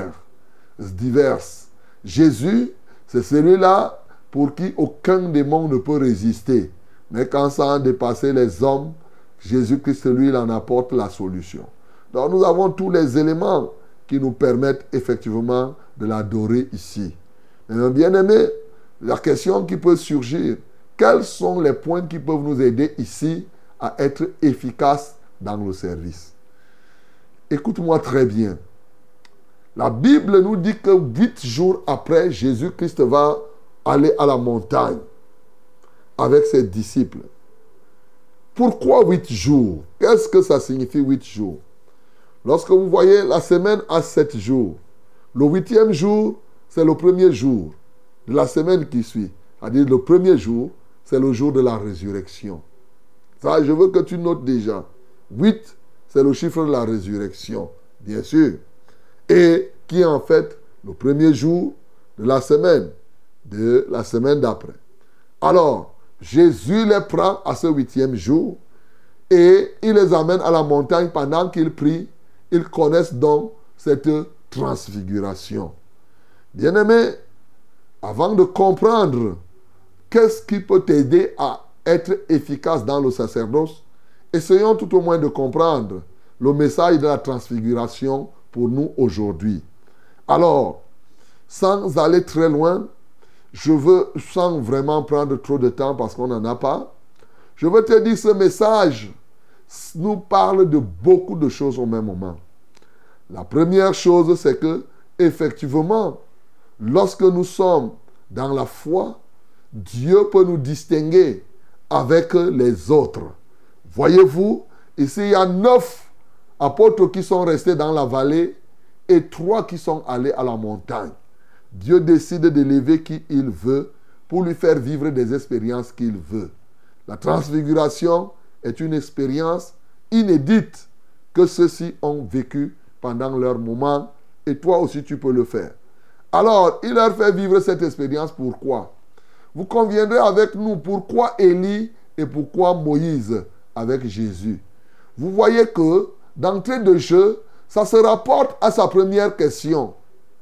diverses. Jésus, c'est celui-là pour qui aucun démon ne peut résister. Mais quand ça a dépassé les hommes, Jésus-Christ, lui, il en apporte la solution. Donc nous avons tous les éléments qui nous permettent effectivement de l'adorer ici. Mais bien aimé, la question qui peut surgir, quels sont les points qui peuvent nous aider ici à être efficaces dans le service? Écoute-moi très bien. La Bible nous dit que 8 jours après, Jésus-Christ va aller à la montagne avec ses disciples. Pourquoi 8 jours? Qu'est-ce que ça signifie 8 jours? Lorsque vous voyez la semaine a 7 jours, le 8e jour, c'est le premier jour de la semaine qui suit. C'est-à-dire le premier jour, c'est le jour de la résurrection. Ça, je veux que tu notes déjà. 8, c'est le chiffre de la résurrection, bien sûr. Et qui est en fait le premier jour de la semaine d'après. Alors, Jésus les prend à ce 8e jour et il les amène à la montagne pendant qu'ils prient. Ils connaissent donc cette transfiguration. Bien-aimés, avant de comprendre qu'est-ce qui peut t'aider à être efficace dans le sacerdoce, essayons tout au moins de comprendre le message de la transfiguration pour nous aujourd'hui. Alors, sans aller très loin, sans vraiment prendre trop de temps parce qu'on n'en a pas, je veux te dire, ce message nous parle de beaucoup de choses au même moment. La première chose, c'est que, effectivement, lorsque nous sommes dans la foi, Dieu peut nous distinguer avec les autres. Voyez-vous, ici, il y a 9 apôtres qui sont restés dans la vallée et 3 qui sont allés à la montagne. Dieu décide d'élever qui il veut pour lui faire vivre des expériences qu'il veut. La transfiguration est une expérience inédite que ceux-ci ont vécue pendant leur moment et toi aussi tu peux le faire. Alors, il leur fait vivre cette expérience. Pourquoi? Vous conviendrez avec nous pourquoi Élie et pourquoi Moïse avec Jésus. Vous voyez que d'entrée de jeu, ça se rapporte à sa première question.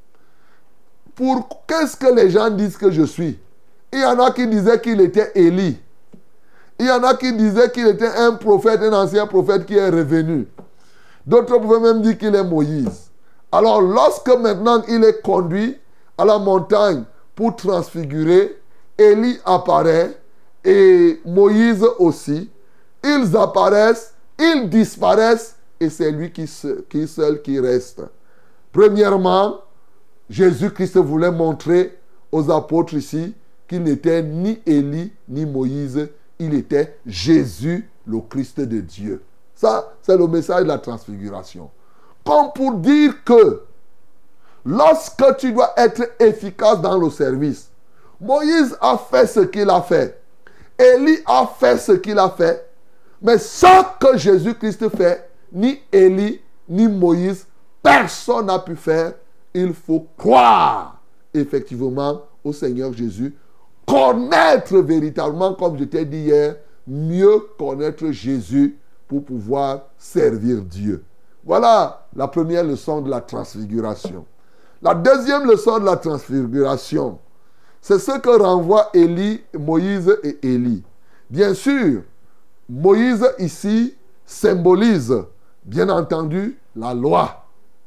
Qu'est-ce que les gens disent que je suis? Il y en a qui disaient qu'il était Élie. Il y en a qui disaient qu'il était un prophète, un ancien prophète qui est revenu. D'autres pouvaient même dire qu'il est Moïse. Alors, lorsque maintenant il est conduit à la montagne pour transfigurer, Élie apparaît et Moïse aussi. Ils apparaissent, ils disparaissent et c'est lui qui seul qui reste. Premièrement, Jésus-Christ voulait montrer aux apôtres ici qu'il n'était ni Élie ni Moïse, il était Jésus, le Christ de Dieu. Ça, c'est le message de la transfiguration. Comme pour dire que lorsque tu dois être efficace dans le service, Moïse a fait ce qu'il a fait. Élie a fait ce qu'il a fait. Mais ce que Jésus-Christ fait, ni Élie, ni Moïse, personne n'a pu faire. Il faut croire effectivement au Seigneur Jésus. Connaître véritablement, comme je t'ai dit hier, mieux connaître Jésus pour pouvoir servir Dieu. Voilà la première leçon de la transfiguration. La deuxième leçon de la transfiguration, c'est ce que renvoient Moïse et Élie. Bien sûr, Moïse ici symbolise, bien entendu, la loi.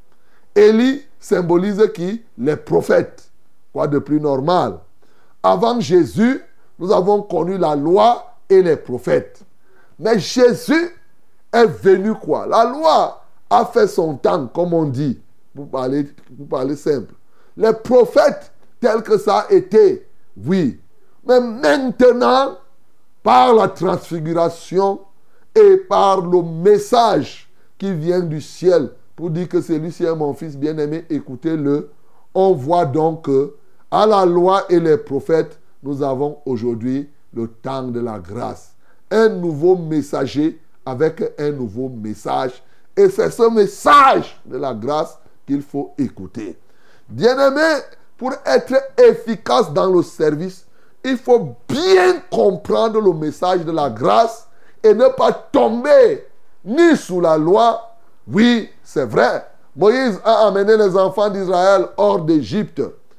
Élie symbolise qui? Les prophètes. Quoi de plus normal? Avant Jésus, nous avons connu la loi et les prophètes. Mais Jésus est venu quoi? La loi a fait son temps, comme on dit, pour parler simple. Les prophètes, tels que ça a été, oui. Mais maintenant, par la transfiguration et par le message qui vient du ciel, pour dire que celui-ci est mon fils bien-aimé, écoutez-le, on voit donc que à la loi et les prophètes, nous avons aujourd'hui le temps de la grâce. Un nouveau messager avec un nouveau message. Et c'est ce message de la grâce qu'il faut écouter. Bien-aimé, pour être efficace dans le service, il faut bien comprendre le message de la grâce et ne pas tomber ni sous la loi. Oui, c'est vrai. Moïse a amené les enfants d'Israël hors d'Égypte.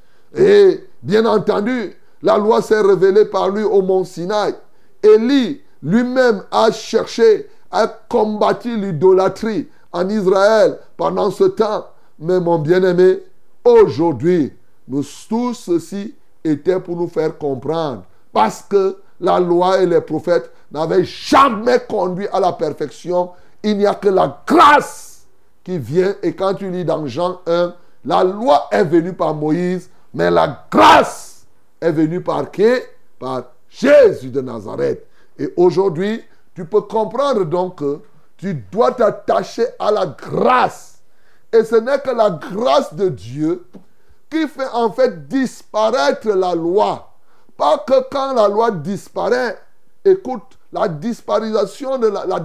Et bien entendu, la loi s'est révélée par lui au mont Sinaï. Élie lui-même a cherché à combattre l'idolâtrie en Israël pendant ce temps. Mais mon bien-aimé, aujourd'hui, tout ceci était pour nous faire comprendre. Parce que la loi et les prophètes n'avaient jamais conduit à la perfection. Il n'y a que la grâce qui vient. Et quand tu lis dans Jean 1, la loi est venue par Moïse, mais la grâce est venue par qui? Par Jésus de Nazareth. Et aujourd'hui, tu peux comprendre donc que tu dois t'attacher à la grâce. Et ce n'est que la grâce de Dieu qui fait en fait disparaître la loi. Pas que quand la loi disparaît, écoute, la disparition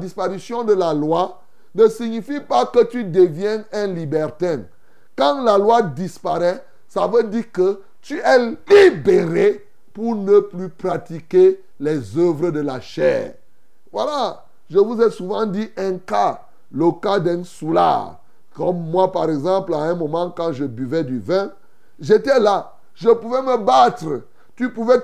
de la loi ne signifie pas que tu deviens un libertin. Quand la loi disparaît, ça veut dire que tu es libéré pour ne plus pratiquer les œuvres de la chair. Voilà, je vous ai souvent dit un cas, le cas d'un soulard. Comme moi, par exemple, à un moment, quand je buvais du vin, j'étais là, je pouvais me battre. Je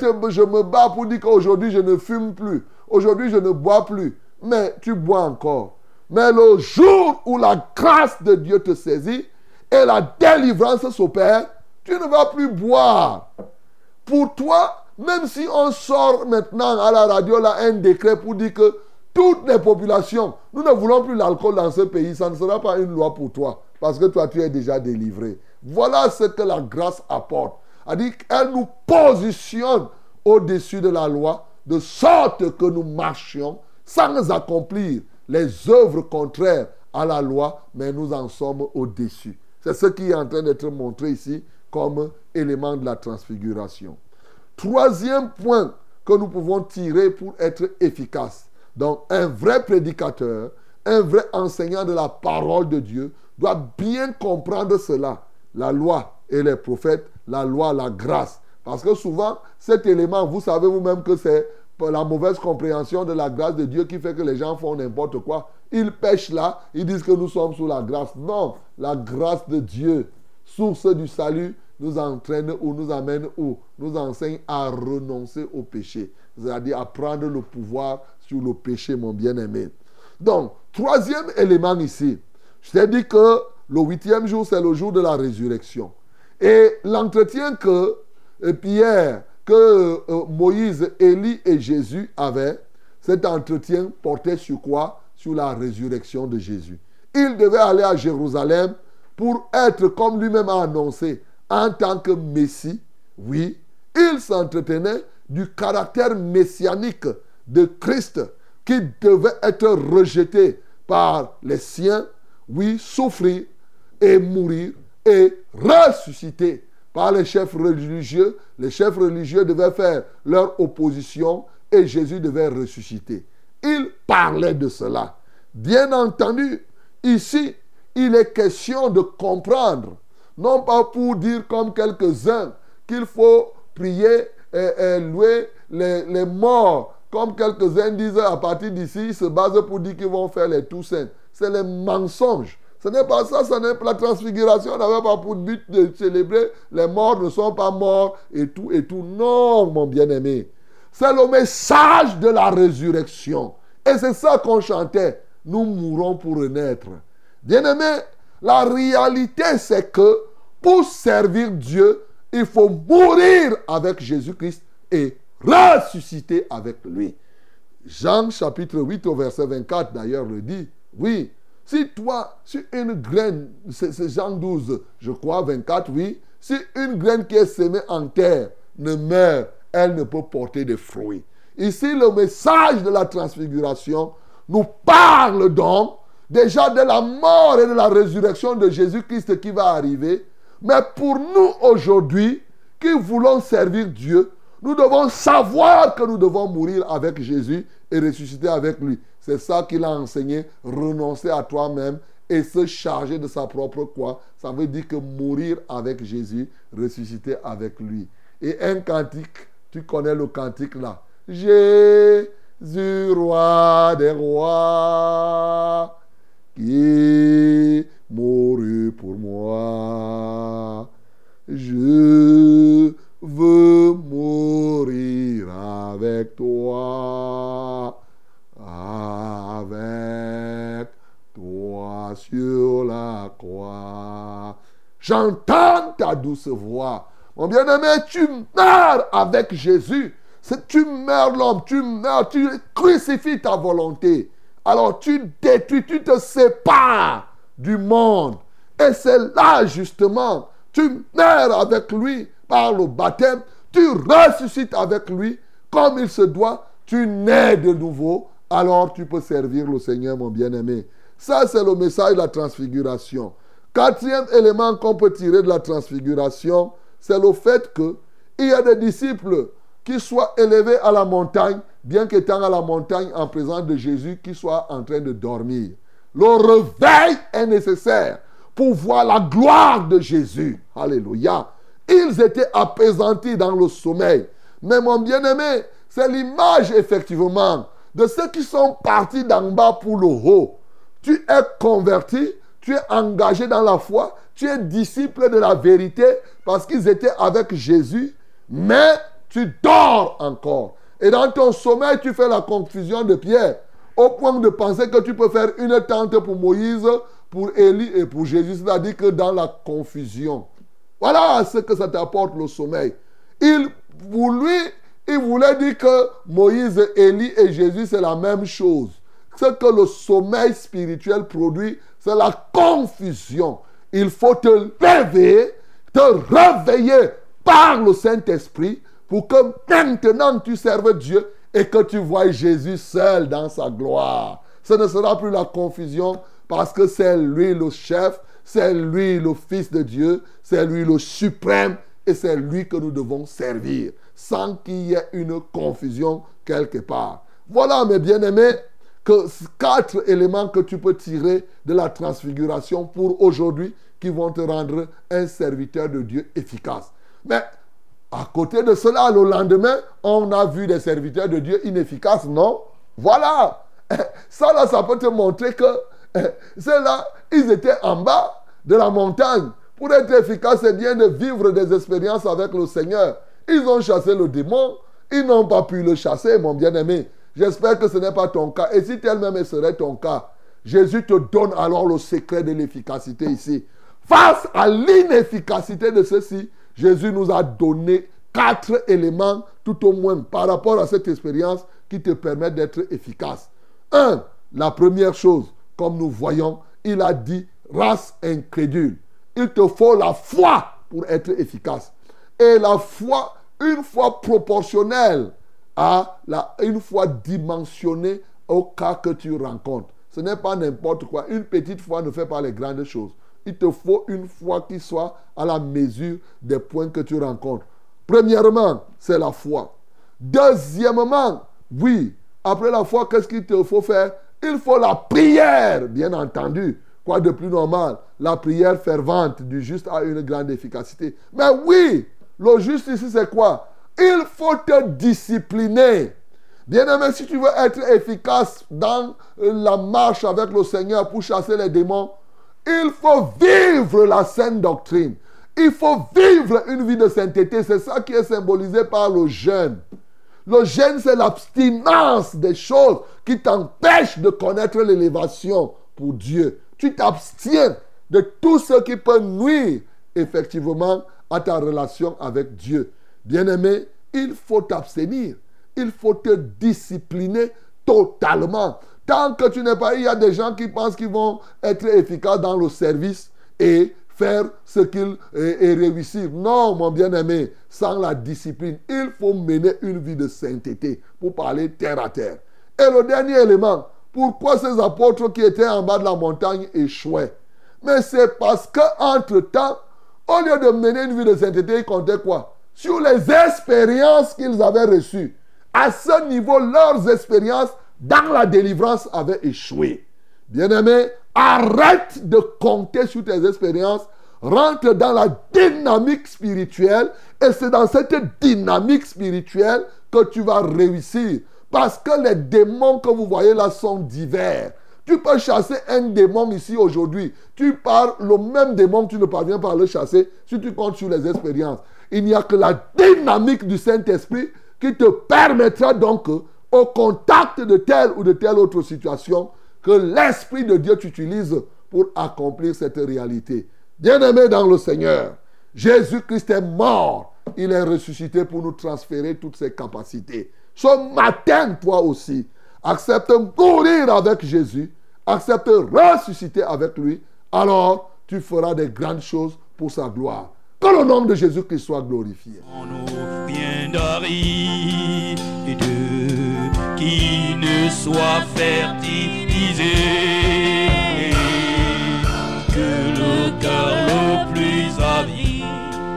me bats pour dire qu'aujourd'hui, je ne fume plus. Aujourd'hui, je ne bois plus. Mais tu bois encore. Mais le jour où la grâce de Dieu te saisit et la délivrance s'opère, tu ne vas plus boire. Pour toi, même si on sort maintenant à la radio là, un décret pour dire que toutes les populations, nous ne voulons plus l'alcool dans ce pays, ça ne sera pas une loi pour toi. Parce que toi, tu es déjà délivré. Voilà ce que la grâce apporte. Elle nous positionne au-dessus de la loi, de sorte que nous marchions sans accomplir les œuvres contraires à la loi, mais nous en sommes au-dessus. C'est ce qui est en train d'être montré ici comme élément de la transfiguration. Troisième point que nous pouvons tirer pour être efficace. Donc, un vrai prédicateur, un vrai enseignant de la parole de Dieu doit bien comprendre cela. La loi et les prophètes, la loi, la grâce. Parce que souvent, cet élément, vous savez vous-même que c'est la mauvaise compréhension de la grâce de Dieu qui fait que les gens font n'importe quoi. Ils pêchent là, ils disent que nous sommes sous la grâce. Non, la grâce de Dieu, source du salut, nous entraîne ou nous amène ou nous enseigne à renoncer au péché. C'est-à-dire à prendre le pouvoir sur le péché, mon bien-aimé. Donc, troisième élément ici. Je t'ai dit que le 8e jour, c'est le jour de la résurrection. Et l'entretien que Pierre, que Moïse, Élie et Jésus avaient, cet entretien portait sur quoi? Sur la résurrection de Jésus. Il devait aller à Jérusalem pour être, comme lui-même a annoncé, en tant que Messie. Oui, il s'entretenait du caractère messianique de Christ qui devait être rejeté par les siens, oui, souffrir et mourir et ressuscité par les chefs religieux. Les chefs religieux devaient faire leur opposition et Jésus devait ressusciter. Il parlait de cela. Bien entendu, ici, il est question de comprendre, non pas pour dire comme quelques-uns qu'il faut prier et louer les morts, comme quelques-uns disent à partir d'ici, ils se basent pour dire qu'ils vont faire les Toussaints. C'est les mensonges. Ce n'est pas ça, ce n'est pas la transfiguration, n'avait pas pour but de célébrer les morts ne sont pas morts et tout et tout. Non, mon bien-aimé. C'est le message de la résurrection. Et c'est ça qu'on chantait. Nous mourrons pour renaître. Bien-aimé, la réalité c'est que pour servir Dieu, il faut mourir avec Jésus-Christ et ressusciter avec lui. Jean chapitre 8 au verset 24 d'ailleurs le dit. Oui, si toi, si une graine, c'est Jean 12, je crois, 24, oui. Si une graine qui est semée en terre ne meurt, elle ne peut porter de fruits. Ici, le message de la transfiguration nous parle donc déjà de la mort et de la résurrection de Jésus-Christ qui va arriver. Mais pour nous aujourd'hui, qui voulons servir Dieu, nous devons savoir que nous devons mourir avec Jésus et ressusciter avec lui. C'est ça qu'il a enseigné, renoncer à toi-même et se charger de sa propre croix. Ça veut dire que mourir avec Jésus, ressusciter avec lui. Et un cantique, tu connais le cantique là. Jésus, roi des rois, qui mourut pour moi. Je veux mourir avec toi, avec toi sur la croix. J'entends ta douce voix. Mon bien-aimé, tu meurs avec Jésus. Tu meurs l'homme, tu meurs, tu crucifies ta volonté. Alors tu détruis, tu te sépares du monde. Et c'est là justement, tu meurs avec lui par le baptême, tu ressuscites avec lui comme il se doit, tu nais de nouveau, alors tu peux servir le Seigneur, mon bien-aimé. Ça, c'est le message de la transfiguration. Quatrième élément qu'on peut tirer de la transfiguration, c'est le fait qu'il y a des disciples qui soient élevés à la montagne, bien qu'étant à la montagne en présence de Jésus, qui soient en train de dormir. Le réveil est nécessaire pour voir la gloire de Jésus. Alléluia. Ils étaient apaisantis dans le sommeil. Mais mon bien-aimé, c'est l'image effectivement de ceux qui sont partis d'en bas pour le haut. Tu es converti, tu es engagé dans la foi, tu es disciple de la vérité parce qu'ils étaient avec Jésus, mais tu dors encore. Et dans ton sommeil, tu fais la confusion de Pierre, au point de penser que tu peux faire une tente pour Moïse, pour Élie et pour Jésus, c'est-à-dire que dans la confusion. Voilà ce que ça t'apporte le sommeil. Pour lui, il voulait dire que Moïse, Élie et Jésus, c'est la même chose. Ce que le sommeil spirituel produit, c'est la confusion. Il faut te lever, te réveiller par le Saint-Esprit pour que maintenant tu serves Dieu et que tu vois Jésus seul dans sa gloire. Ce ne sera plus la confusion parce que c'est lui le chef, c'est lui le Fils de Dieu, c'est lui le suprême et c'est lui que nous devons servir sans qu'il y ait une confusion quelque part. Voilà mes bien-aimés, que 4 éléments que tu peux tirer de la transfiguration pour aujourd'hui qui vont te rendre un serviteur de Dieu efficace. Mais à côté de cela, le lendemain, on a vu des serviteurs de Dieu inefficaces, non? Voilà. Ça là, ça peut te montrer que ceux-là, ils étaient en bas de la montagne. Pour être efficace, c'est bien de vivre des expériences avec le Seigneur. Ils ont chassé le démon, ils n'ont pas pu le chasser, mon bien-aimé. J'espère que ce n'est pas ton cas. Et si tel même serait ton cas, Jésus te donne alors le secret de l'efficacité ici. Face à l'inefficacité de ceci, Jésus nous a donné 4 éléments, tout au moins, par rapport à cette expérience qui te permettent d'être efficace. 1. La première chose, comme nous voyons, il a dit race incrédule. Il te faut la foi pour être efficace. Et la foi, une foi proportionnelle une foi dimensionnée au cas que tu rencontres. Ce n'est pas n'importe quoi. Une petite foi ne fait pas les grandes choses. il te faut une foi qui soit à la mesure des points que tu rencontres. Premièrement, c'est la foi. Deuxièmement, oui, après la foi, qu'est-ce qu'il te faut faire? Il faut la prière, bien entendu. Quoi de plus normal? La prière fervente du juste a une grande efficacité. Mais oui, le juste ici, c'est quoi? Il faut te discipliner. Bien-aimé, si tu veux être efficace dans la marche avec le Seigneur pour chasser les démons, il faut vivre la sainte doctrine. Il faut vivre une vie de sainteté. C'est ça qui est symbolisé par le jeûne. Le jeûne, c'est l'abstinence des choses qui t'empêchent de connaître l'élévation pour Dieu. Tu t'abstiens de tout ce qui peut nuire effectivement à ta relation avec Dieu. Bien-aimé, il faut t'abstenir. Il faut te discipliner totalement. Tant que tu n'es pas... Il y a des gens qui pensent qu'ils vont être efficaces dans le service et faire ce qu'ils... et réussir. Non, mon bien-aimé, sans la discipline, il faut mener une vie de sainteté pour parler terre à terre. Et le dernier élément, pourquoi ces apôtres qui étaient en bas de la montagne échouaient? Mais c'est parce qu'entre-temps, au lieu de mener une vie de sainteté, ils comptaient quoi? Sur les expériences qu'ils avaient reçues. À ce niveau, leurs expériences dans la délivrance avaient échoué. Bien-aimé, arrête de compter sur tes expériences. Rentre dans la dynamique spirituelle. Et c'est dans cette dynamique spirituelle que tu vas réussir. Parce que les démons que vous voyez là sont divers. Tu peux chasser un démon ici aujourd'hui. Tu pars, le même démon, tu ne parviens pas à le chasser si tu comptes sur les expériences. Il n'y a que la dynamique du Saint-Esprit qui te permettra donc, au contact de telle ou de telle autre situation, que l'Esprit de Dieu t'utilise pour accomplir cette réalité. Bien-aimé dans le Seigneur, Jésus-Christ est mort. Il est ressuscité pour nous transférer toutes ses capacités. Ce matin, toi aussi, accepte de mourir avec Jésus, accepte de ressusciter avec lui, alors tu feras des grandes choses pour sa gloire. Que le nom de Jésus-Christ soit glorifié. On nous vient d'arriver, qui ne soit fertilisé, que le cœur le plus avide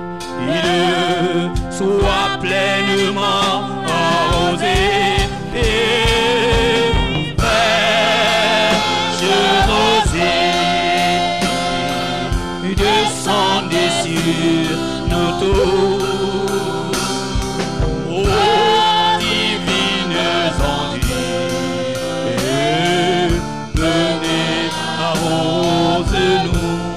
soit pleinement arrosé. Descendez sur nos tours, ô divines enduits, venez arrose-nous.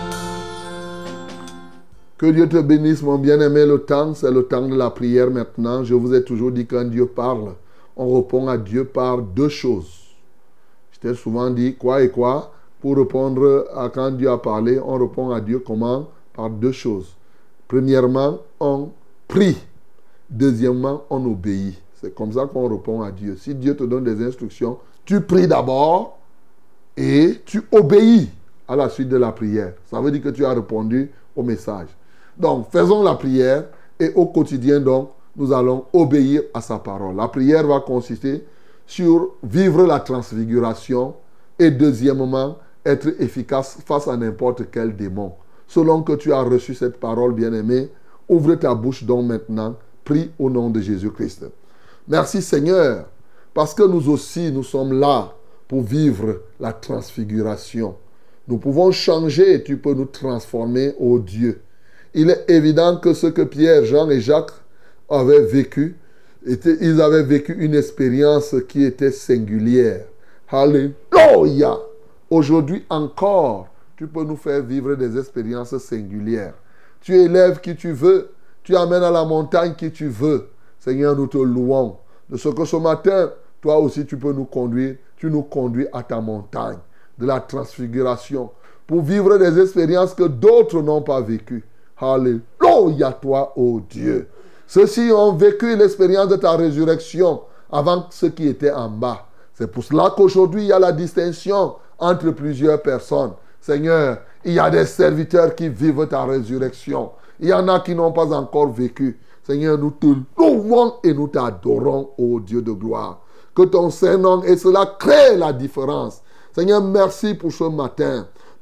Que Dieu te bénisse, mon bien-aimé. Le temps, c'est le temps de la prière maintenant. Je vous ai toujours dit quand Dieu parle, on répond à Dieu par deux choses. Je t'ai souvent dit quoi et quoi. Pour répondre à quand Dieu a parlé, on répond à Dieu comment? Par deux choses. Premièrement, on prie. Deuxièmement, on obéit. C'est comme ça qu'on répond à Dieu. Si Dieu te donne des instructions, tu pries d'abord et tu obéis à la suite de la prière. Ça veut dire que tu as répondu au message. Donc, faisons la prière et au quotidien, donc, nous allons obéir à sa parole. La prière va consister sur vivre la transfiguration et deuxièmement, être efficace face à n'importe quel démon. Selon que tu as reçu cette parole, bien-aimé, ouvre ta bouche donc maintenant, prie au nom de Jésus-Christ. Merci Seigneur, parce que nous aussi, nous sommes là pour vivre la transfiguration. Nous pouvons changer et tu peux nous transformer, ô Dieu. Il est évident que ce que Pierre, Jean et Jacques avaient vécu, ils avaient vécu une expérience qui était singulière. Alléluia! Aujourd'hui encore, tu peux nous faire vivre des expériences singulières. Tu élèves qui tu veux. Tu amènes à la montagne qui tu veux. Seigneur, nous te louons. De ce que ce matin, toi aussi tu peux nous conduire. Tu nous conduis à ta montagne de la transfiguration pour vivre des expériences que d'autres n'ont pas vécues. Alléluia, toi, ô Dieu. Ceux-ci ont vécu l'expérience de ta résurrection avant ceux qui étaient en bas. C'est pour cela qu'aujourd'hui, il y a la distinction entre plusieurs personnes. Seigneur, il y a des serviteurs qui vivent ta résurrection. Il y en a qui n'ont pas encore vécu. Seigneur, nous te louons et nous t'adorons, ô Dieu de gloire. Que ton Saint-Nom, et cela crée la différence. Seigneur, merci pour ce matin.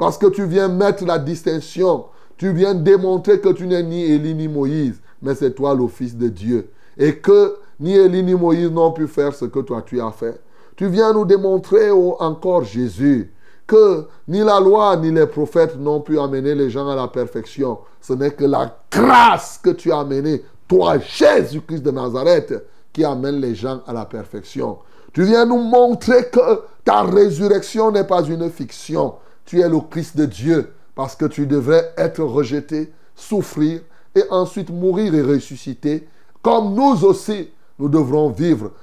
Parce que tu viens mettre la distinction. Tu viens démontrer que tu n'es ni Élie ni Moïse, mais c'est toi le Fils de Dieu. Et que ni Élie ni Moïse n'ont pu faire ce que toi tu as fait. Tu viens nous démontrer encore, Jésus, que ni la loi ni les prophètes n'ont pu amener les gens à la perfection. Ce n'est que la grâce que tu as amenée, toi, Jésus-Christ de Nazareth, qui amène les gens à la perfection. Tu viens nous montrer que ta résurrection n'est pas une fiction. Tu es le Christ de Dieu parce que tu devrais être rejeté, souffrir et ensuite mourir et ressusciter. Comme nous aussi, nous devrons vivre,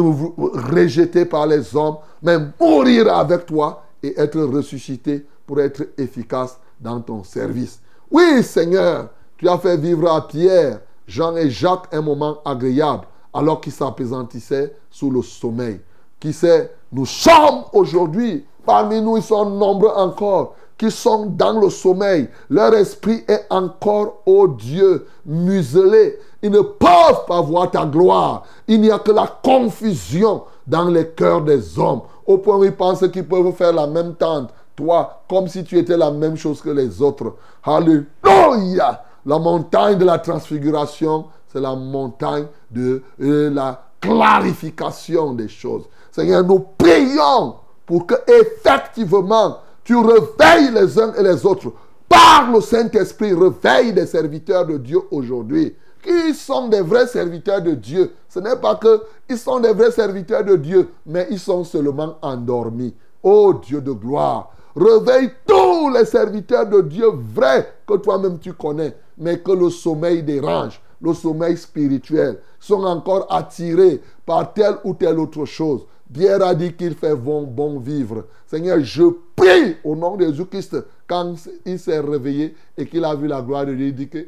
rejetés par les hommes, mais mourir avec toi et être ressuscité pour être efficace dans ton service. Oui, Seigneur, tu as fait vivre à Pierre, Jean et Jacques un moment agréable alors qu'ils s'apaisantissaient sous le sommeil. Qui sait, nous sommes aujourd'hui, parmi nous, ils sont nombreux encore, qui sont dans le sommeil. Leur esprit est encore, ô Dieu, muselé. Ils ne peuvent pas voir ta gloire. Il n'y a que la confusion dans les cœurs des hommes. Au point où ils pensent qu'ils peuvent faire la même tente. Toi, comme si tu étais la même chose que les autres. Alléluia! La montagne de la transfiguration, c'est la montagne de la clarification des choses. Seigneur, nous prions pour que effectivement tu réveilles les uns et les autres. Par le Saint-Esprit, réveille des serviteurs de Dieu aujourd'hui. Qui sont des vrais serviteurs de Dieu. Ce n'est pas qu'ils sont des vrais serviteurs de Dieu, mais ils sont seulement endormis. Ô Dieu de gloire, réveille tous les serviteurs de Dieu vrais que toi-même tu connais, mais que le sommeil dérange, le sommeil spirituel, sont encore attirés par telle ou telle autre chose. Pierre a dit qu'il fait bon vivre. Seigneur, je prie au nom de Jésus-Christ, quand il s'est réveillé et qu'il a vu la gloire de Dieu, il dit que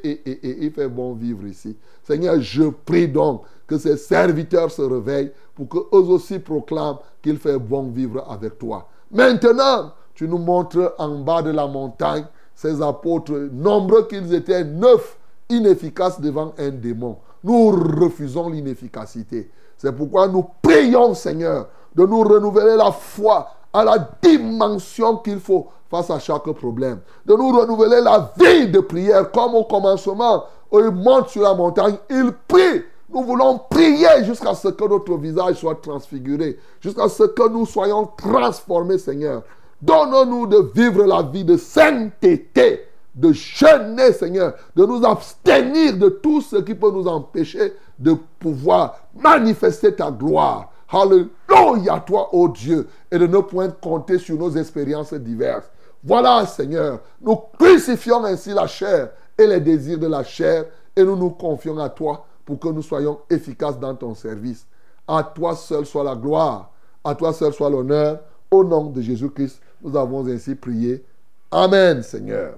il fait bon vivre ici. Seigneur, je prie donc que ces serviteurs se réveillent pour qu'eux aussi proclament qu'il fait bon vivre avec toi. Maintenant, tu nous montres en bas de la montagne ces apôtres, nombreux qu'ils étaient, 9, inefficaces devant un démon. Nous refusons l'inefficacité. C'est pourquoi nous prions, Seigneur, de nous renouveler la foi à la dimension qu'il faut face à chaque problème. De nous renouveler la vie de prière comme au commencement. Où il monte sur la montagne, il prie. Nous voulons prier jusqu'à ce que notre visage soit transfiguré, jusqu'à ce que nous soyons transformés, Seigneur. Donne-nous de vivre la vie de sainteté, de jeûner, Seigneur, de nous abstenir de tout ce qui peut nous empêcher de pouvoir manifester ta gloire. Alléluia, toi, ô Dieu, et de ne point compter sur nos expériences diverses. Voilà, Seigneur, nous crucifions ainsi la chair et les désirs de la chair et nous nous confions à toi pour que nous soyons efficaces dans ton service. À toi seul soit la gloire, à toi seul soit l'honneur. Au nom de Jésus-Christ, nous avons ainsi prié. Amen, Seigneur.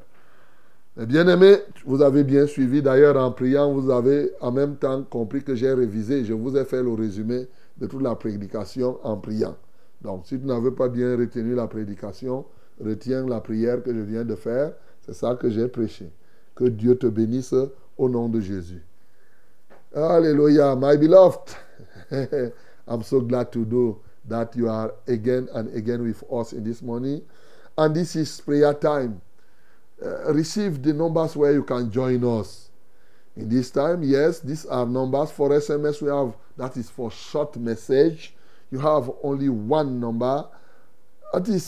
Mes bien-aimés, vous avez bien suivi. D'ailleurs, en priant, vous avez en même temps compris que j'ai révisé. Je vous ai fait le résumé de toute la prédication en priant. Donc, si tu n'avais pas bien retenu la prédication, retiens la prière que je viens de faire. C'est ça que j'ai prêché. Que Dieu te bénisse au nom de Jésus. Hallelujah, my beloved. I'm so glad to know that you are again and again with us in this morning. And this is prayer time. Receive the numbers where you can join us. In this time, yes, these are numbers. For SMS, we have, that is for short message. You have only one number. That is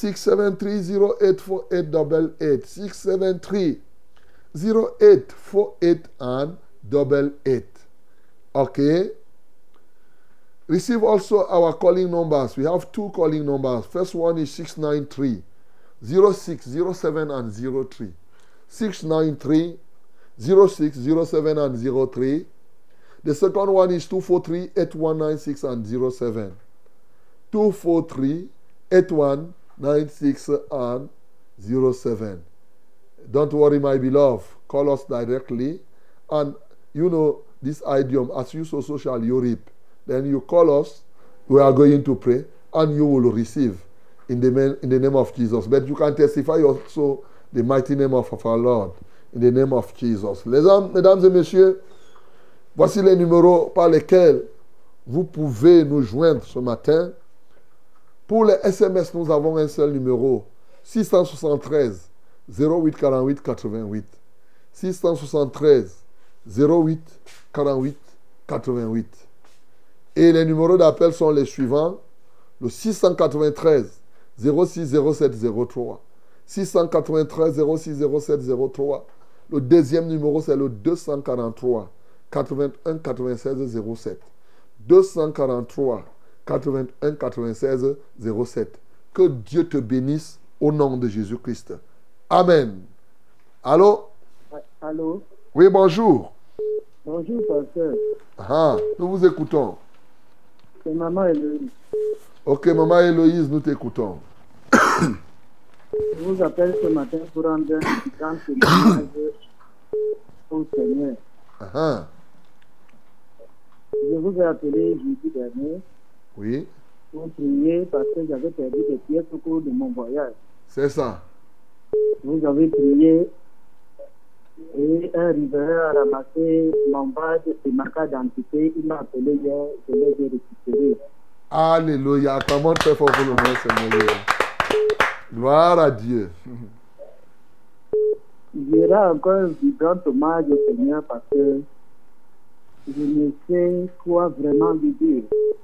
673-084888. 673-0848 and 88. Okay. Receive also our calling numbers. We have two calling numbers. First one is 693 06 07 and 03. 693 06 07 and 03. The second one is 243 8196 and 07. 243 8196 and 07. Don't worry, my beloved. Call us directly. And you know this idiom, as you sow, so shall you reap. Then you call us. We are going to pray. And you will receive in the name of Jesus. But you can testify also the mighty name of our Lord. In the name of Jesus. Mesdames et messieurs, voici les numéros par lesquels vous pouvez nous joindre ce matin. Pour les SMS, nous avons un seul numéro. 673 08 48 88. 673 08 48 88. Et les numéros d'appel sont les suivants. Le 693 06 07 03. 693 06 07 03. Le deuxième numéro, c'est le 243 81 96 07. 243 81 96 07. Que Dieu te bénisse au nom de Jésus-Christ. Amen. Allô? Allô? Oui, bonjour. Bonjour, pasteur. Ah, nous vous écoutons. C'est maman Héloïse. Ok, maman Héloïse, nous t'écoutons. Je vous appelle ce matin pour rendre un grand témoignage au Seigneur. Ah, Je vous ai appelé jeudi dernier oui, pour prier parce que j'avais perdu des pièces au cours de mon voyage. c'est ça. Vous avez prié et un riverain a ramassé mon badge et ma carte d'identité. Il m'a appelé hier, je l'ai récupéré. Alléluia. Comment très fort pour le nom, Seigneur. Gloire à Dieu. J'irai encore un vibrant hommage au Seigneur parce que je ne sais quoi vraiment lui dire.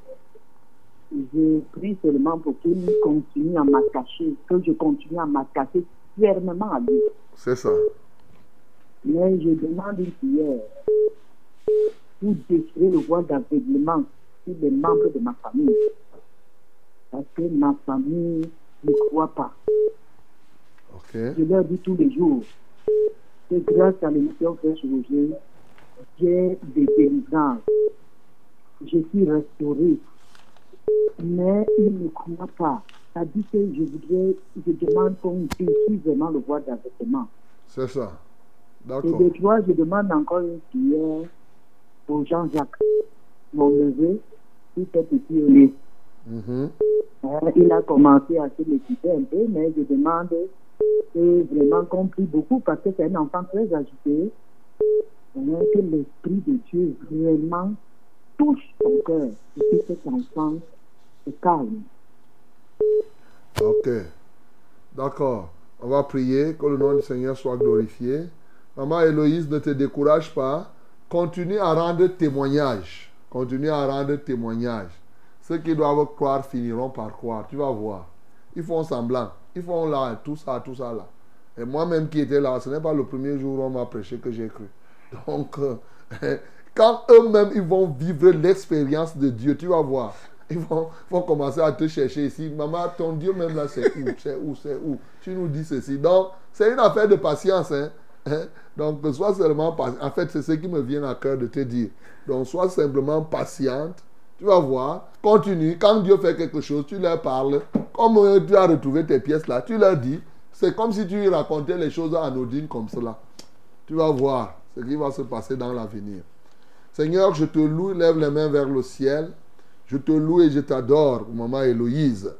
Je prie seulement pour qu'il continue à m'attacher, que je continue à m'attacher fermement à lui. C'est ça. Mais je demande une prière pour détruire le voile d'aveuglement sur les membres de ma famille. Parce que ma famille ne croit pas. Ok. Je leur dis tous les jours que grâce à l'émission Frère Roger, j'ai des délivrances. Je suis restauré. Mais ils ne croient pas. Ça dit que je demande qu'on détruise vraiment le voile d'aveuglement. C'est ça. Et D'accord. de toi, je demande encore une prière pour Jean-Jacques, mon neveu, qui fait petit au lit. Mhm. Il a commencé à se l'équiper un peu, mais je demande vraiment qu'on prie beaucoup parce que c'est un enfant très agité. Que l'Esprit de Dieu vraiment touche son cœur et que cet enfant se calme. Ok. D'accord. On va prier que le nom du Seigneur soit glorifié. Maman Héloïse, ne te décourage pas. Continue à rendre témoignage. Continue à rendre témoignage. Ceux qui doivent croire finiront par croire. Tu vas voir. Ils font semblant. Ils font là, tout ça là. Et moi-même qui étais là, ce n'est pas le premier jour où on m'a prêché que j'ai cru. Donc, quand eux-mêmes, ils vont vivre l'expérience de Dieu, tu vas voir. Ils vont commencer à te chercher ici. Maman, ton Dieu même là, c'est où? C'est où? C'est où? Tu nous dis ceci. Donc, c'est une affaire de patience. Donc, sois seulement patiente. En fait, c'est ce qui me vient à cœur de te dire. Donc, sois simplement patiente. Tu vas voir. Continue. Quand Dieu fait quelque chose, tu leur parles. Comme tu as retrouvé tes pièces là, tu leur dis. C'est comme si tu racontais les choses anodines comme cela. Tu vas voir ce qui va se passer dans l'avenir. Seigneur, je te loue, lève les mains vers le ciel. Je te loue et je t'adore, maman Héloïse.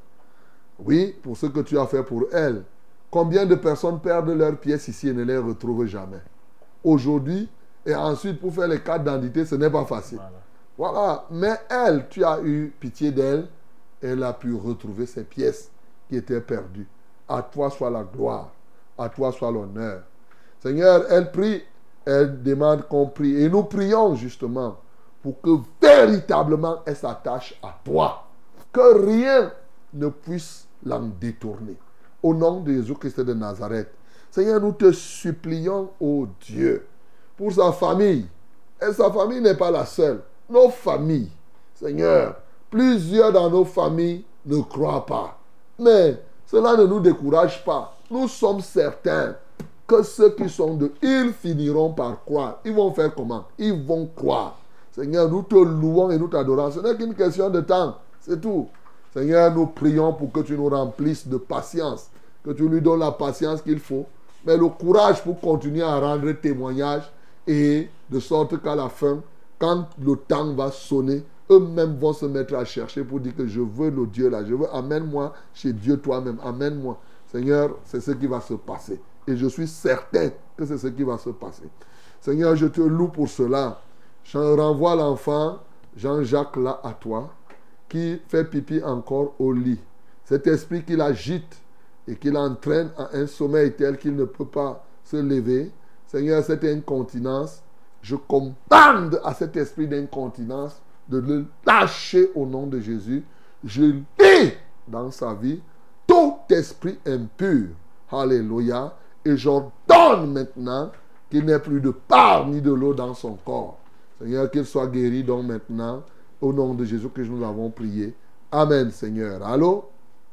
Oui, pour ce que tu as fait pour elle. Combien de personnes perdent leurs pièces ici et ne les retrouvent jamais? Aujourd'hui, et ensuite pour faire les cartes d'identité, ce n'est pas facile. Voilà. Mais elle, tu as eu pitié d'elle. Elle a pu retrouver ses pièces qui étaient perdues. À toi soit la gloire. À toi soit l'honneur. Seigneur, elle prie, elle demande qu'on prie. Et nous prions justement pour que véritablement elle s'attache à toi. Que rien ne puisse l'en détourner. Au nom de Jésus-Christ de Nazareth. Seigneur, nous te supplions, ô Dieu, pour sa famille. Et sa famille n'est pas la seule. Nos familles. Seigneur, plusieurs dans nos familles ne croient pas. Mais cela ne nous décourage pas. Nous sommes certains que ceux qui sont de, ils finiront par croire. Ils vont faire comment? Ils vont croire. Seigneur, nous te louons et nous t'adorons. Ce n'est qu'une question de temps. C'est tout. Seigneur, nous prions pour que tu nous remplisses de patience. Que tu lui donnes la patience qu'il faut. Mais le courage pour continuer à rendre témoignage. Et de sorte qu'à la fin, quand le temps va sonner, eux-mêmes vont se mettre à chercher pour dire que je veux le Dieu là. Je veux, amène-moi chez Dieu toi-même. Amène-moi. Seigneur, c'est ce qui va se passer. Et je suis certain que c'est ce qui va se passer. Seigneur, je te loue pour cela. Je renvoie l'enfant Jean-Jacques là à toi, qui fait pipi encore au lit. Cet esprit qui l'agite et qui l'entraîne à un sommeil tel qu'il ne peut pas se lever. Seigneur, cette incontinence, je commande à cet esprit d'incontinence de le lâcher au nom de Jésus. Je lis dans sa vie tout esprit impur. Alléluia. Et j'ordonne maintenant qu'il n'ait plus de part ni de l'eau dans son corps. Seigneur, qu'il soit guéri donc maintenant. Au nom de Jésus que nous avons prié. Amen, Seigneur. Allô?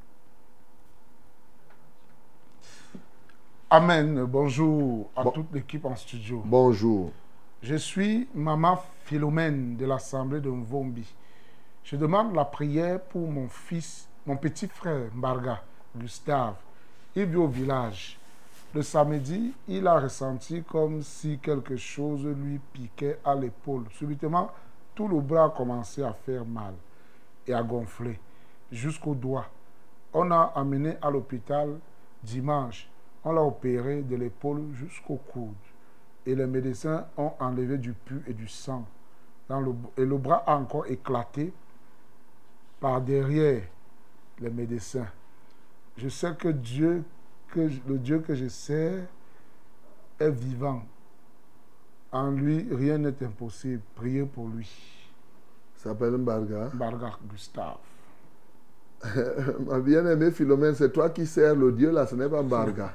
Amen. Bonjour à toute l'équipe en studio. Bonjour. Je suis Maman Philomène de l'Assemblée de Mvombi. Je demande la prière pour mon fils, mon petit frère Mbarga, Gustave. Il vit au village. Le samedi, il a ressenti comme si quelque chose lui piquait à l'épaule. Subitement, tout le bras a commencé à faire mal et à gonfler jusqu'au doigt. On a amené à l'hôpital dimanche. On l'a opéré de l'épaule jusqu'au coude. Et les médecins ont enlevé du pus et du sang. Et le bras a encore éclaté par derrière les médecins. Je sais que le Dieu que je sers est vivant. En lui, rien n'est impossible. Priez pour lui. Il s'appelle Mbarga. Mbarga Gustave. Ma bien-aimée Philomène, c'est toi qui sers le Dieu là, ce n'est pas Mbarga.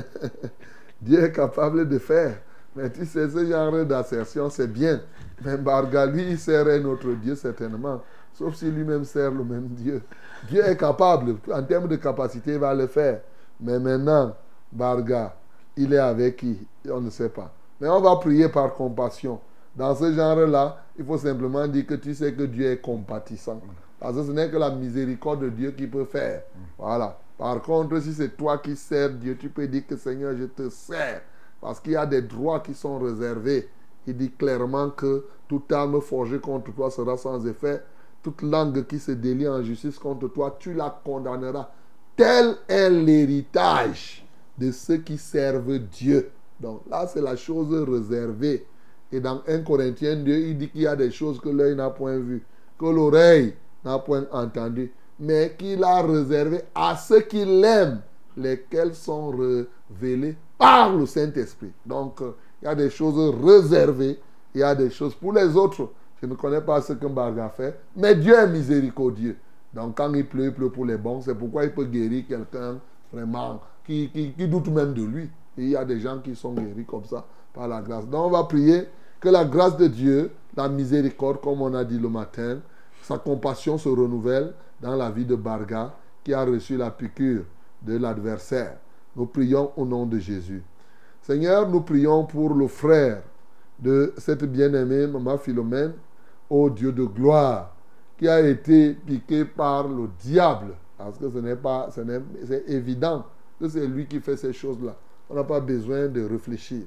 Dieu est capable de faire. Mais tu sais, ce genre d'assertion, c'est bien. Mais Mbarga, lui, il sert un autre Dieu certainement. Sauf si lui-même sert le même Dieu. Dieu est capable. En termes de capacité, il va le faire. Mais maintenant, Mbarga, il est avec qui? On ne sait pas. Mais on va prier par compassion. Dans ce genre-là, il faut simplement dire que tu sais que Dieu est compatissant. Parce que ce n'est que la miséricorde de Dieu qui peut faire. Voilà. Par contre, si c'est toi qui sers Dieu, tu peux dire que Seigneur, je te sers. Parce qu'il y a des droits qui sont réservés. Il dit clairement que toute arme forgée contre toi sera sans effet. Toute langue qui se délie en justice contre toi, tu la condamneras. Tel est l'héritage de ceux qui servent Dieu. Donc là, c'est la chose réservée. Et dans 1 Corinthiens 2, il dit qu'il y a des choses que l'œil n'a point vues, que l'oreille n'a point entendues, mais qu'il a réservées à ceux qui l'aiment, lesquels sont révélés par le Saint-Esprit. Donc, il y a des choses réservées, il y a des choses pour les autres. Je ne connais pas ce que Mbarga fait, mais Dieu est miséricordieux. Donc, quand il pleut pour les bons. C'est pourquoi il peut guérir quelqu'un vraiment qui doute même de lui. Et il y a des gens qui sont guéris comme ça par la grâce. Donc, on va prier que la grâce de Dieu, la miséricorde, comme on a dit le matin, sa compassion se renouvelle dans la vie de Mbarga qui a reçu la piqûre de l'adversaire. Nous prions au nom de Jésus. Seigneur, nous prions pour le frère de cette bien-aimée Maman Philomène, ô Dieu de gloire, qui a été piqué par le diable. Parce que c'est évident que c'est lui qui fait ces choses-là. On n'a pas besoin de réfléchir.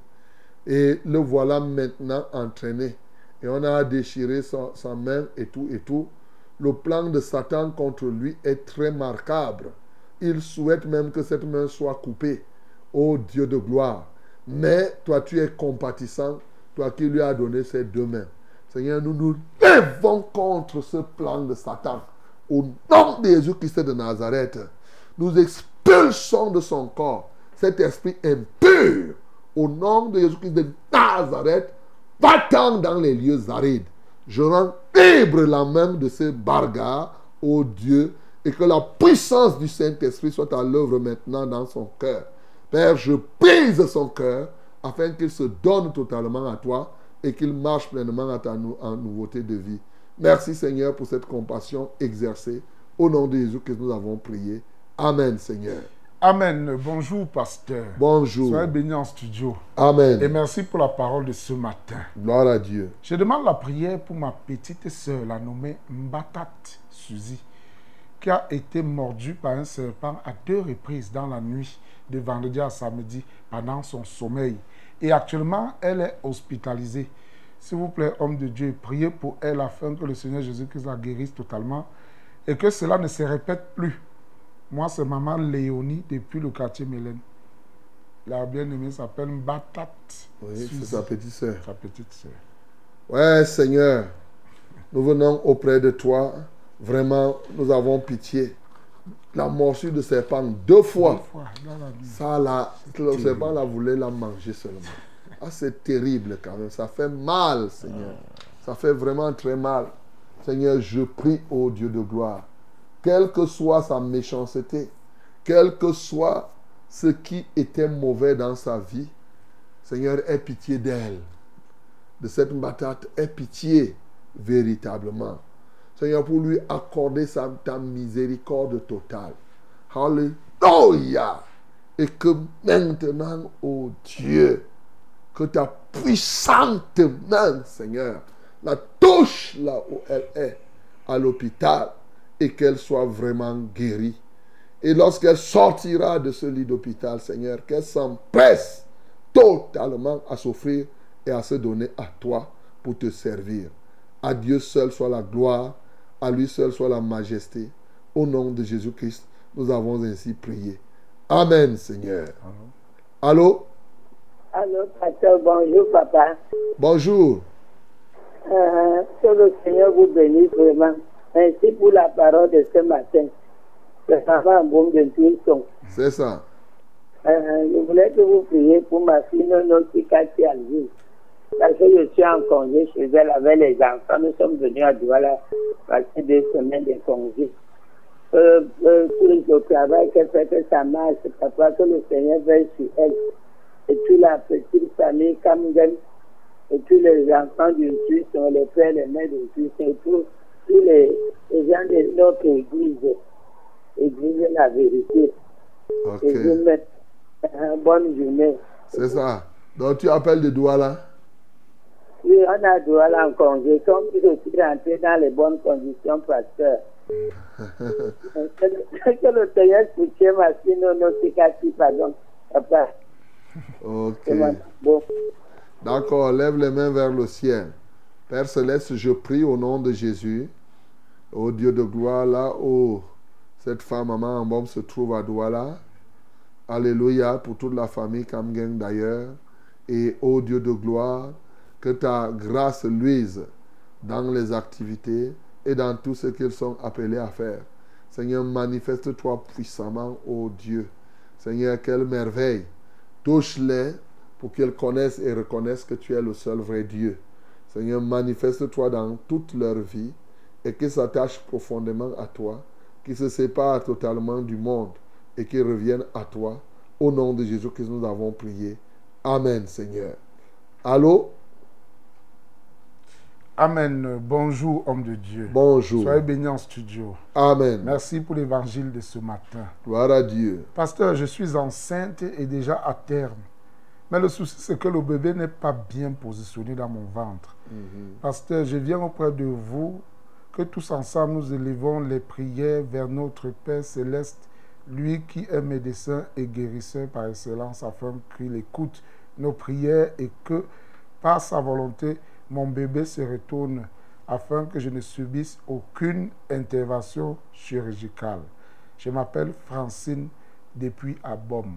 Et le voilà maintenant entraîné. Et on a déchiré sa main et tout et tout. Le plan de Satan contre lui est très marquable. Il souhaite même que cette main soit coupée. Ô Dieu de gloire. Mais toi, tu es compatissant. Toi qui lui as donné ces deux mains. Seigneur, nous nous levons contre ce plan de Satan. Au nom de Jésus-Christ de Nazareth, nous expulsons de son corps cet esprit impur. Au nom de Jésus-Christ de Nazareth, va-t'en dans les lieux arides. Je rends libre la main de ce Mbarga, ô Dieu, et que la puissance du Saint-Esprit soit à l'œuvre maintenant dans son cœur. Père, je brise son cœur afin qu'il se donne totalement à toi et qu'il marche pleinement à ta nouveauté de vie. Merci Seigneur pour cette compassion exercée. Au nom de Jésus que nous avons prié. Amen Seigneur. Amen. Bonjour pasteur. Bonjour. Soyez bénis en studio. Amen. Et merci pour la parole de ce matin. Gloire à Dieu. Je demande la prière pour ma petite sœur, la nommée Mbatat Suzy, qui a été mordue par un serpent à 2 reprises dans la nuit de vendredi à samedi pendant son sommeil. Et actuellement, elle est hospitalisée. S'il vous plaît, homme de Dieu, priez pour elle afin que le Seigneur Jésus-Christ la guérisse totalement et que cela ne se répète plus. Moi, c'est maman Léonie depuis le quartier Mélène. La bien-aimée s'appelle Mbatat. Oui, c'est sa petite sœur. Sa petite sœur. Ouais, Seigneur, nous venons auprès de toi. Vraiment, nous avons pitié la morsure de serpent 2 fois. Il a la vie. Ça, le serpent la voulait la manger seulement. Ah, c'est terrible quand même. Ça fait mal, Seigneur. Ça fait vraiment très mal. Seigneur, je prie au Dieu de gloire. Quelle que soit sa méchanceté, quel que soit ce qui était mauvais dans sa vie, Seigneur, aie pitié d'elle. De cette battante, aie pitié véritablement. Seigneur, pour lui accorder ta miséricorde totale. Alléluia. Et que maintenant, oh Dieu, que ta puissante main, Seigneur, la touche là où elle est, à l'hôpital, et qu'elle soit vraiment guérie. Et lorsqu'elle sortira de ce lit d'hôpital, Seigneur, qu'elle s'empresse totalement à s'offrir et à se donner à toi pour te servir. À Dieu seul soit la gloire, à lui seul soit la majesté. Au nom de Jésus-Christ, nous avons ainsi prié. Amen, Seigneur. Allô? Allô, pasteur, bonjour, papa. Bonjour. Que le Seigneur vous bénisse vraiment. Merci pour la parole de ce matin. C'est vraiment un bon bénédiction. C'est ça. Je voulais que vous priez pour ma fille Nonotikati Alvi. Parce que je suis en congé chez elle avec les enfants. Nous sommes venus à Douala passer 2 semaines de congé. Tout le travail qu'elle fait, que ça marche, papa, que le Seigneur veille sur elle. Et puis la petite famille Kamgen, et puis les enfants du Christ, les frères, les mères du Christ, et tous les gens de notre église la vérité. Ok. Et je vous mets bonne journée. C'est ça. Donc tu appelles de Douala? Oui, on a Douala en congé. Comme tu suis rentré dans les bonnes conditions, pasteur. Que le Seigneur soutienne ma fille Nonotikati, pardon, papa. Ok. Bon. D'accord, lève les mains vers le ciel. Père Céleste, je prie au nom de Jésus, au Dieu de gloire, là où cette femme, maman en bombe, se trouve à Douala. Alléluia, pour toute la famille Kamgen d'ailleurs. Et au Dieu de gloire, que ta grâce luise dans les activités et dans tout ce qu'ils sont appelés à faire. Seigneur, manifeste-toi puissamment, ô Dieu. Seigneur, quelle merveille. Touche-les pour qu'ils connaissent et reconnaissent que tu es le seul vrai Dieu. Seigneur, manifeste-toi dans toute leur vie et qu'ils s'attachent profondément à toi, qu'ils se séparent totalement du monde et qu'ils reviennent à toi. Au nom de Jésus-Christ, nous avons prié. Amen, Seigneur. Allô? Amen. Bonjour, homme de Dieu. Bonjour. Soyez bénis en studio. Amen. Merci pour l'évangile de ce matin. Gloire à Dieu. Pasteur, je suis enceinte et déjà à terme. Mais le souci, c'est que le bébé n'est pas bien positionné dans mon ventre. Pasteur, je viens auprès de vous, que tous ensemble nous élevons les prières vers notre Père Céleste, lui qui est médecin et guérisseur par excellence, afin qu'il écoute nos prières et que, par sa volonté, mon bébé se retourne, afin que je ne subisse aucune intervention chirurgicale. Je m'appelle Francine depuis Abom.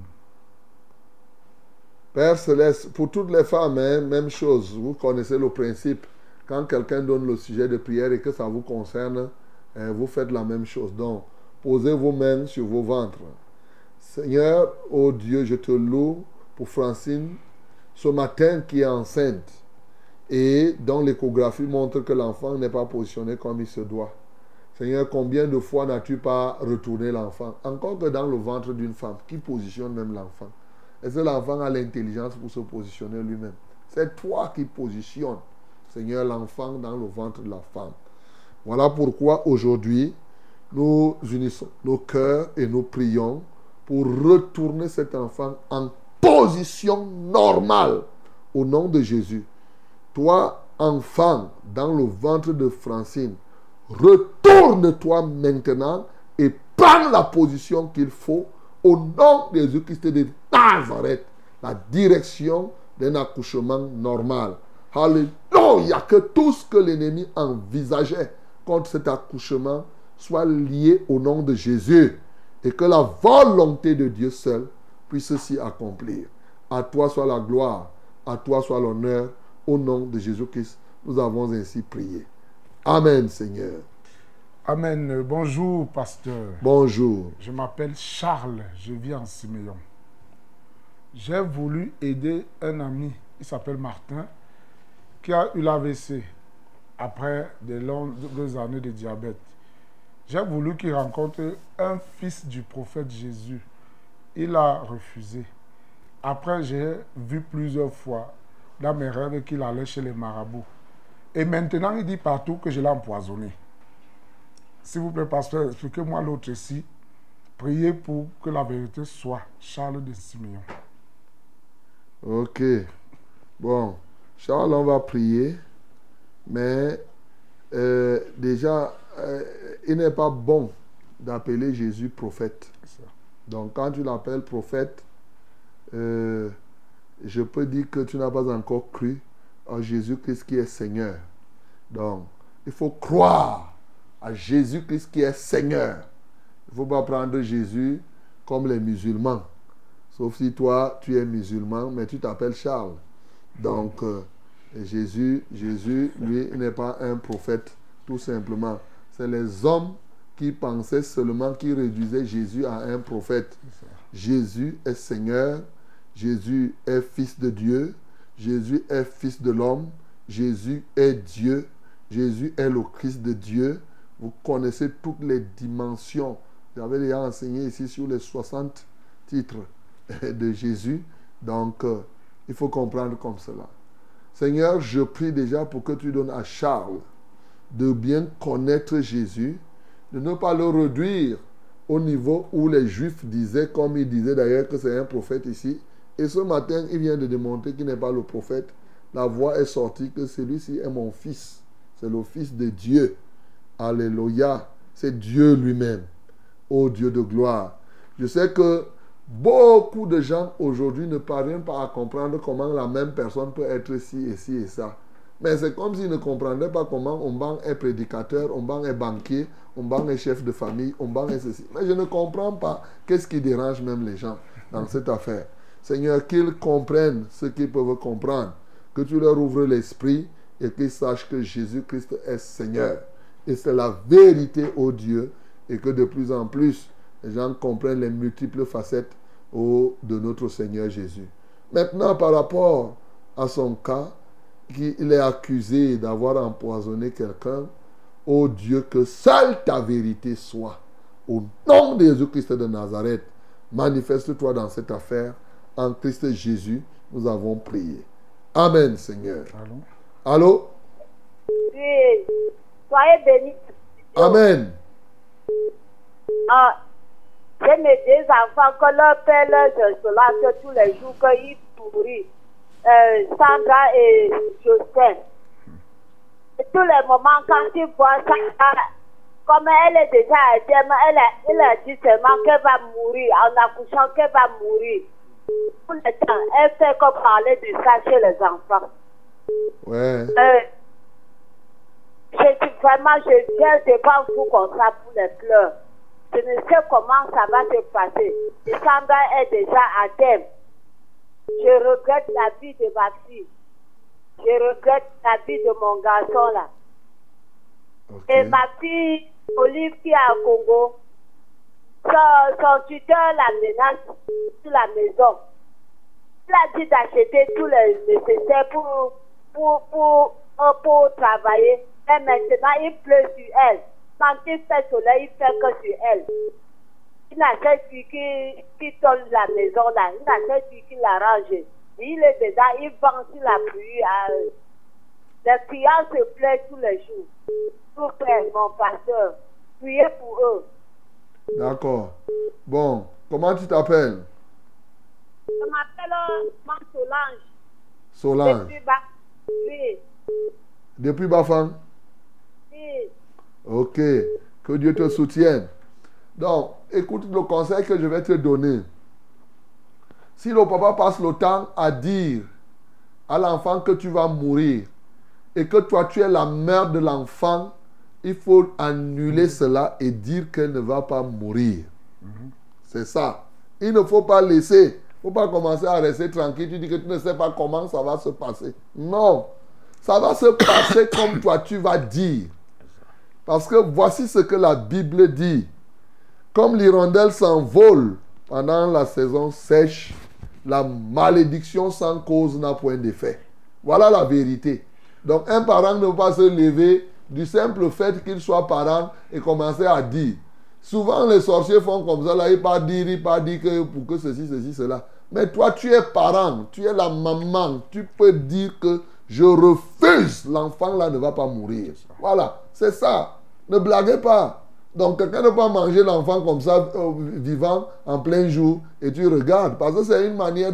Père Céleste, pour toutes les femmes, hein, même chose. Vous connaissez le principe. Quand quelqu'un donne le sujet de prière et que ça vous concerne, vous faites la même chose. Donc, posez vos mains sur vos ventres. Seigneur, oh Dieu, je te loue pour Francine, ce matin qui est enceinte et dont l'échographie montre que l'enfant n'est pas positionné comme il se doit. Seigneur, combien de fois n'as-tu pas retourné l'enfant? Encore que dans le ventre d'une femme, qui positionne même l'enfant? Est-ce que l'enfant a l'intelligence pour se positionner lui-même? C'est toi qui positionnes, Seigneur, l'enfant dans le ventre de la femme. Voilà pourquoi aujourd'hui, nous unissons nos cœurs et nous prions pour retourner cet enfant en position normale au nom de Jésus. Toi, enfant, dans le ventre de Francine, retourne-toi maintenant et prends la position qu'il faut au nom de Jésus-Christ de Nazareth, la direction d'un accouchement normal. Alléluia, que tout ce que l'ennemi envisageait contre cet accouchement soit lié au nom de Jésus et que la volonté de Dieu seul puisse s'y accomplir. À toi soit la gloire, à toi soit l'honneur. Au nom de Jésus-Christ, nous avons ainsi prié. Amen, Seigneur. Amen. Bonjour, pasteur. Bonjour. Je m'appelle Charles, je vis en Siméon. J'ai voulu aider un ami, il s'appelle Martin, qui a eu l'AVC après de longues années de diabète. J'ai voulu qu'il rencontre un fils du prophète Jésus. Il a refusé. Après, j'ai vu plusieurs fois dans mes rêves qu'il allait chez les marabouts. Et maintenant, il dit partout que je l'ai empoisonné. S'il vous plaît, pasteur, expliquez-moi l'autre ici. Priez pour que la vérité soit. Charles de Siméon. Ok. Bon, Charles, on va prier. Mais déjà, il n'est pas bon d'appeler Jésus prophète. Donc, quand tu l'appelles prophète, je peux dire que tu n'as pas encore cru en Jésus-Christ qui est Seigneur. Donc, il faut croire à Jésus-Christ qui est Seigneur. Il ne faut pas prendre Jésus comme les musulmans. Sauf si toi, tu es musulman, mais tu t'appelles Charles. Donc, Jésus, lui, n'est pas un prophète, tout simplement. C'est les hommes qui pensaient seulement, qui réduisaient Jésus à un prophète. Jésus est Seigneur. Jésus est Fils de Dieu. Jésus est Fils de l'homme. Jésus est Dieu. Jésus est le Christ de Dieu. Vous connaissez toutes les dimensions. J'avais déjà enseigné ici sur les 60 titres de Jésus. Donc, il faut comprendre comme cela. Seigneur, je prie déjà pour que tu donnes à Charles de bien connaître Jésus, de ne pas le réduire au niveau où les Juifs disaient, comme ils disaient d'ailleurs que c'est un prophète ici. Et ce matin, il vient de démontrer qu'il n'est pas le prophète. La voix est sortie que celui-ci est mon fils. C'est le fils de Dieu. Alléluia. C'est Dieu lui-même. Ô Dieu de gloire. Je sais que beaucoup de gens aujourd'hui ne parviennent pas à comprendre comment la même personne peut être ci et ça. Mais c'est comme s'ils ne comprendraient pas comment Omban est prédicateur, Omban est banquier, Omban est chef de famille, Omban est ceci. Mais je ne comprends pas qu'est-ce qui dérange même les gens dans cette affaire. Seigneur, qu'ils comprennent ce qu'ils peuvent comprendre, que tu leur ouvres l'esprit et qu'ils sachent que Jésus-Christ est Seigneur. Et c'est la vérité, ô Dieu, et que de plus en plus, les gens comprennent les multiples facettes de notre Seigneur Jésus. Maintenant, par rapport à son cas, qu'il est accusé d'avoir empoisonné quelqu'un, ô Dieu, que seule ta vérité soit. Au nom de Jésus-Christ de Nazareth, manifeste-toi dans cette affaire. En Christ Jésus, nous avons prié. Amen, Seigneur. Allô? Oui. Soyez bénis. Amen. J'ai mes deux enfants que leur père leur que tous les jours qu'ils pourrissent. Sandra et Joseph. Et tous les moments quand ils voient ça, comme elle est déjà elle a dit seulement qu'elle va mourir, en accouchant qu'elle va mourir. Tout le temps, elle fait comme parler de ça chez les enfants. Ouais. Je viens devant vous comme ça pour les pleurs. Je ne sais comment ça va se passer. Et Sandra est déjà à terme. Je regrette la vie de ma fille. Je regrette la vie de mon garçon là. Okay. Et ma fille, Olive, qui est au Congo, son tuteur la menace sur la maison. Il a dit d'acheter tous les nécessaires pour travailler. Et maintenant, il pleut sur elle. Quand il fait soleil, il fait que sur elle. Il n'a qu'à celui qui tourne la maison là. Il n'a qu'à celui qui l'arrange. Il est dedans, il vend sur la pluie. Les clients se plaignent tous les jours. Pour faire mon pasteur. Priez pour eux. D'accord. Bon, comment tu t'appelles? Je m'appelle Solange. Solange. Oui. Depuis Bafang? Oui. Ok. Que Dieu te soutienne. Donc, écoute le conseil que je vais te donner. Si le papa passe le temps à dire à l'enfant que tu vas mourir et que toi tu es la mère de l'enfant, il faut annuler cela et dire qu'elle ne va pas mourir. C'est ça. Il ne faut pas laisser. Il ne faut pas commencer à rester tranquille. Tu dis que tu ne sais pas comment ça va se passer. Non. Ça va se passer comme toi tu vas dire. Parce que voici ce que la Bible dit. Comme l'hirondelle s'envole pendant la saison sèche, la malédiction sans cause n'a point d'effet. Voilà la vérité. Donc un parent ne peut pas se lever du simple fait qu'il soit parent et commencer à dire. Souvent les sorciers font comme ça, là, il pas dire que pour que ceci, cela. Mais toi tu es parent, tu es la maman, tu peux dire que je refuse, l'enfant là ne va pas mourir. Voilà, c'est ça. Ne blaguez pas. Donc quelqu'un ne peut pas manger l'enfant comme ça, vivant en plein jour, et tu regardes. Parce que c'est une manière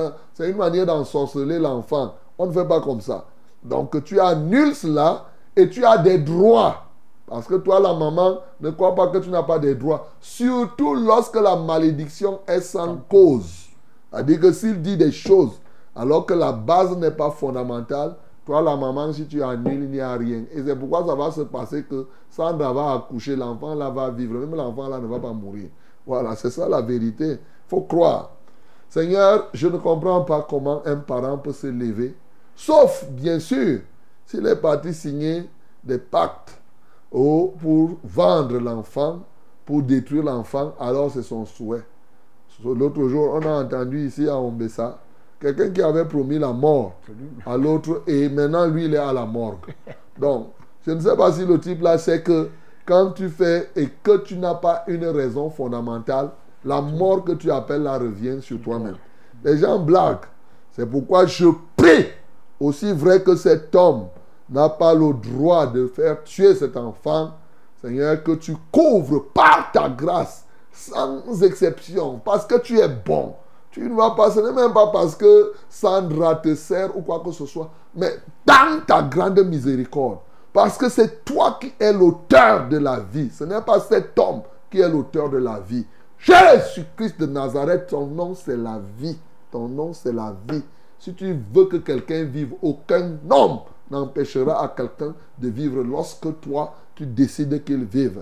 d'ensorceler l'enfant. On ne fait pas comme ça. Donc tu annules cela et tu as des droits. Parce que toi, la maman, ne crois pas que tu n'as pas des droits. Surtout lorsque la malédiction est sans cause. C'est-à-dire que s'il dit des choses alors que la base n'est pas fondamentale, toi, la maman, si tu annules, il n'y a rien. Et c'est pourquoi ça va se passer que Sandra va accoucher, l'enfant là va vivre. Même l'enfant là ne va pas mourir. Voilà, c'est ça la vérité. Il faut croire. Seigneur, je ne comprends pas comment un parent peut se lever. Sauf, bien sûr, s'il est parti signer des pactes pour vendre l'enfant, pour détruire l'enfant, alors c'est son souhait. L'autre jour, on a entendu ici à Ombessa, quelqu'un qui avait promis la mort à l'autre et maintenant lui il est à la morgue. Donc, je ne sais pas si le type là sait que quand tu fais et que tu n'as pas une raison fondamentale, la mort que tu appelles là revient sur toi-même. Les gens blaguent. C'est pourquoi je prie, aussi vrai que cet homme n'a pas le droit de faire tuer cet enfant, Seigneur, que tu couvres par ta grâce, sans exception, parce que tu es bon. Tu ne vas pas, ce n'est même pas parce que Sandra te sert ou quoi que ce soit, mais dans ta grande miséricorde. Parce que c'est toi qui es l'auteur de la vie. Ce n'est pas cet homme qui est l'auteur de la vie. Jésus-Christ de Nazareth, ton nom c'est la vie. Ton nom c'est la vie. Si tu veux que quelqu'un vive, aucun homme n'empêchera à quelqu'un de vivre lorsque toi, tu décides qu'il vive.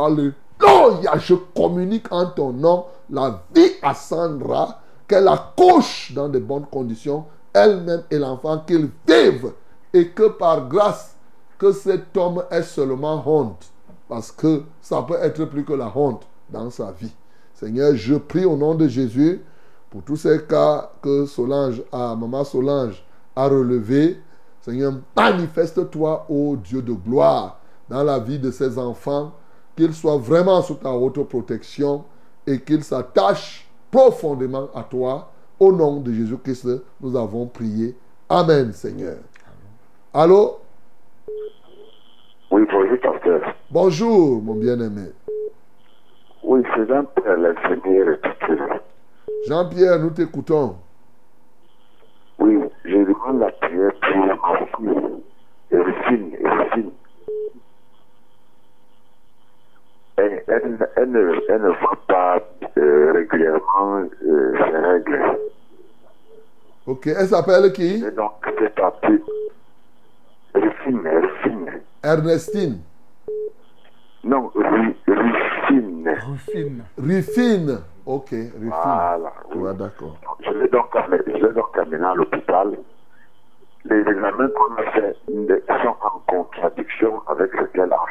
Alléluia, je communique en ton nom la vie à Sandra, qu'elle accouche dans de bonnes conditions, elle-même et l'enfant, qu'ils vivent, et que par grâce, que cet homme ait seulement honte, parce que ça peut être plus que la honte dans sa vie. Seigneur, je prie au nom de Jésus pour tous ces cas que Maman Solange a relevés. Seigneur, manifeste-toi, ô Dieu de gloire, dans la vie de ces enfants, qu'ils soient vraiment sous ta haute protection et qu'ils s'attachent profondément à toi. Au nom de Jésus-Christ, nous avons prié. Amen, Seigneur. Allô? Oui, bonjour, pasteur. Bonjour, mon bien-aimé. Oui, c'est Jean-Pierre, l'infirmier répété. Jean-Pierre, nous t'écoutons. Oui, je demande la prière pour ma fille, Ericine. Elle ne voit pas régulièrement ses règles. Ok, elle s'appelle qui? Et donc, c'est parti. Rufine. Ernestine. Non, Rufine. Rufine. Ok, Rufine. Voilà. Oui. Ouais, d'accord. Je l'ai donc amené à l'hôpital. Les examens qu'on a fait sont en contradiction avec ce qu'elle a.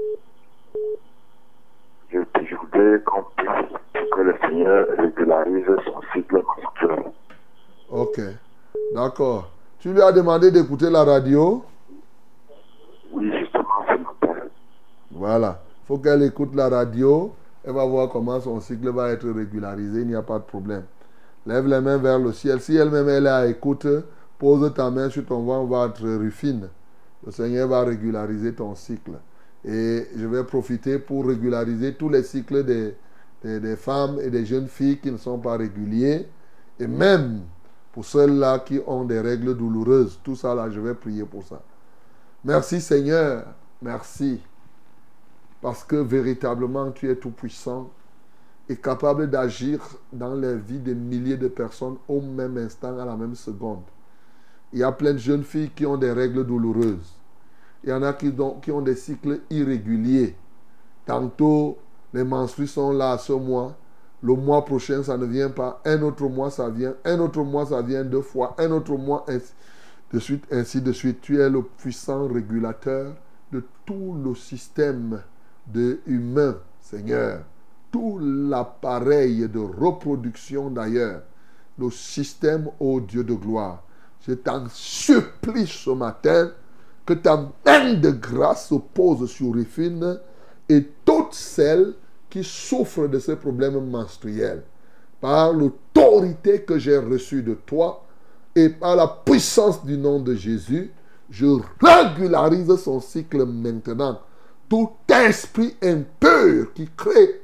Je voudrais qu'on puisse que le Seigneur régularise son cycle menstruel. Ok, d'accord. Tu lui as demandé d'écouter la radio? Oui, justement, ce matin. Voilà. Il faut qu'elle écoute la radio. Elle va voir comment son cycle va être régularisé. Il n'y a pas de problème. Lève les mains vers le ciel. Si elle-même elle est à écoute, pose ta main sur ton ventre, Rufine. Le Seigneur va régulariser ton cycle. Et je vais profiter pour régulariser tous les cycles des femmes et des jeunes filles qui ne sont pas réguliers. Et même pour celles-là qui ont des règles douloureuses. Tout ça là, je vais prier pour ça. Merci Seigneur. Merci. Parce que véritablement, tu es tout puissant et capable d'agir dans la vie de milliers de personnes au même instant, à la même seconde. Il y a plein de jeunes filles qui ont des règles douloureuses. Il y en a qui ont des cycles irréguliers. Tantôt, les menstrues sont là ce mois. Le mois prochain, ça ne vient pas. Un autre mois, ça vient. Un autre mois, ça vient 2 fois. Un autre mois, ainsi de suite, ainsi de suite. Tu es le puissant régulateur de tout le système humain, Seigneur, tout l'appareil de reproduction d'ailleurs, le système, ô Dieu de gloire. Je t'en supplie ce matin que ta main de grâce se pose sur Rufine et toutes celles qui souffrent de ces problèmes menstruels. Par l'autorité que j'ai reçue de toi et par la puissance du nom de Jésus, je régularise son cycle maintenant. Tout esprit impur qui crée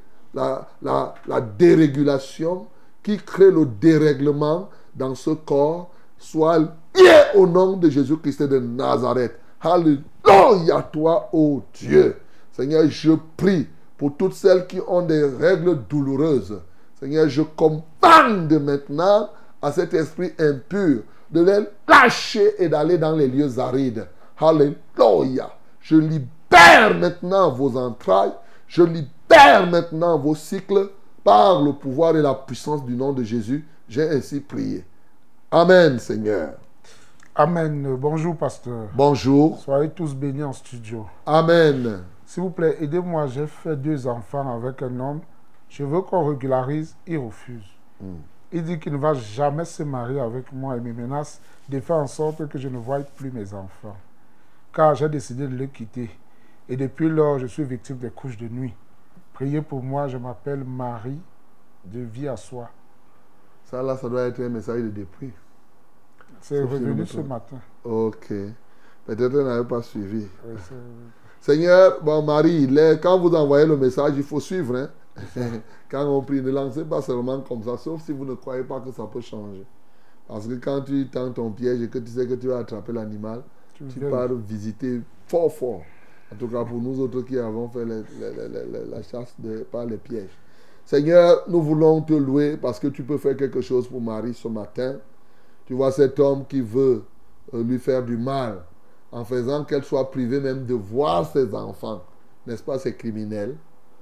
la dérégulation, qui crée le dérèglement dans ce corps, soit lié au nom de Jésus-Christ de Nazareth. Alléluia toi, ô Dieu. Seigneur, je prie pour toutes celles qui ont des règles douloureuses. Seigneur, je commande maintenant à cet esprit impur de les lâcher et d'aller dans les lieux arides. Alléluia. Je libère maintenant vos entrailles. Je libère maintenant vos cycles par le pouvoir et la puissance du nom de Jésus. J'ai ainsi prié. Amen, Seigneur. Amen. Bonjour, pasteur. Bonjour. Soyez tous bénis en studio. Amen. S'il vous plaît, aidez-moi. J'ai fait 2 enfants avec un homme. Je veux qu'on régularise. Il refuse. Il dit qu'il ne va jamais se marier avec moi et me menace de faire en sorte que je ne voie plus mes enfants. Car j'ai décidé de le quitter. Et depuis lors, je suis victime des couches de nuit. Priez pour moi, je m'appelle Marie de Vie à Soi. Ça là, ça doit être un message de dépris. C'est revenu ce matin. Ok. Peut-être qu'elle n'avait pas suivi. Oui, Seigneur, bon Marie, quand vous envoyez le message, il faut suivre. Hein? Quand on prie, ne lancez pas seulement comme ça, sauf si vous ne croyez pas que ça peut changer. Parce que quand tu tends ton piège et que tu sais que tu vas attraper l'animal, tu pars visiter fort. En tout cas, pour nous autres qui avons fait la chasse par les pièges. Seigneur, nous voulons te louer parce que tu peux faire quelque chose pour Marie ce matin. Tu vois cet homme qui veut lui faire du mal en faisant qu'elle soit privée même de voir ses enfants. N'est-ce pas, c'est criminel?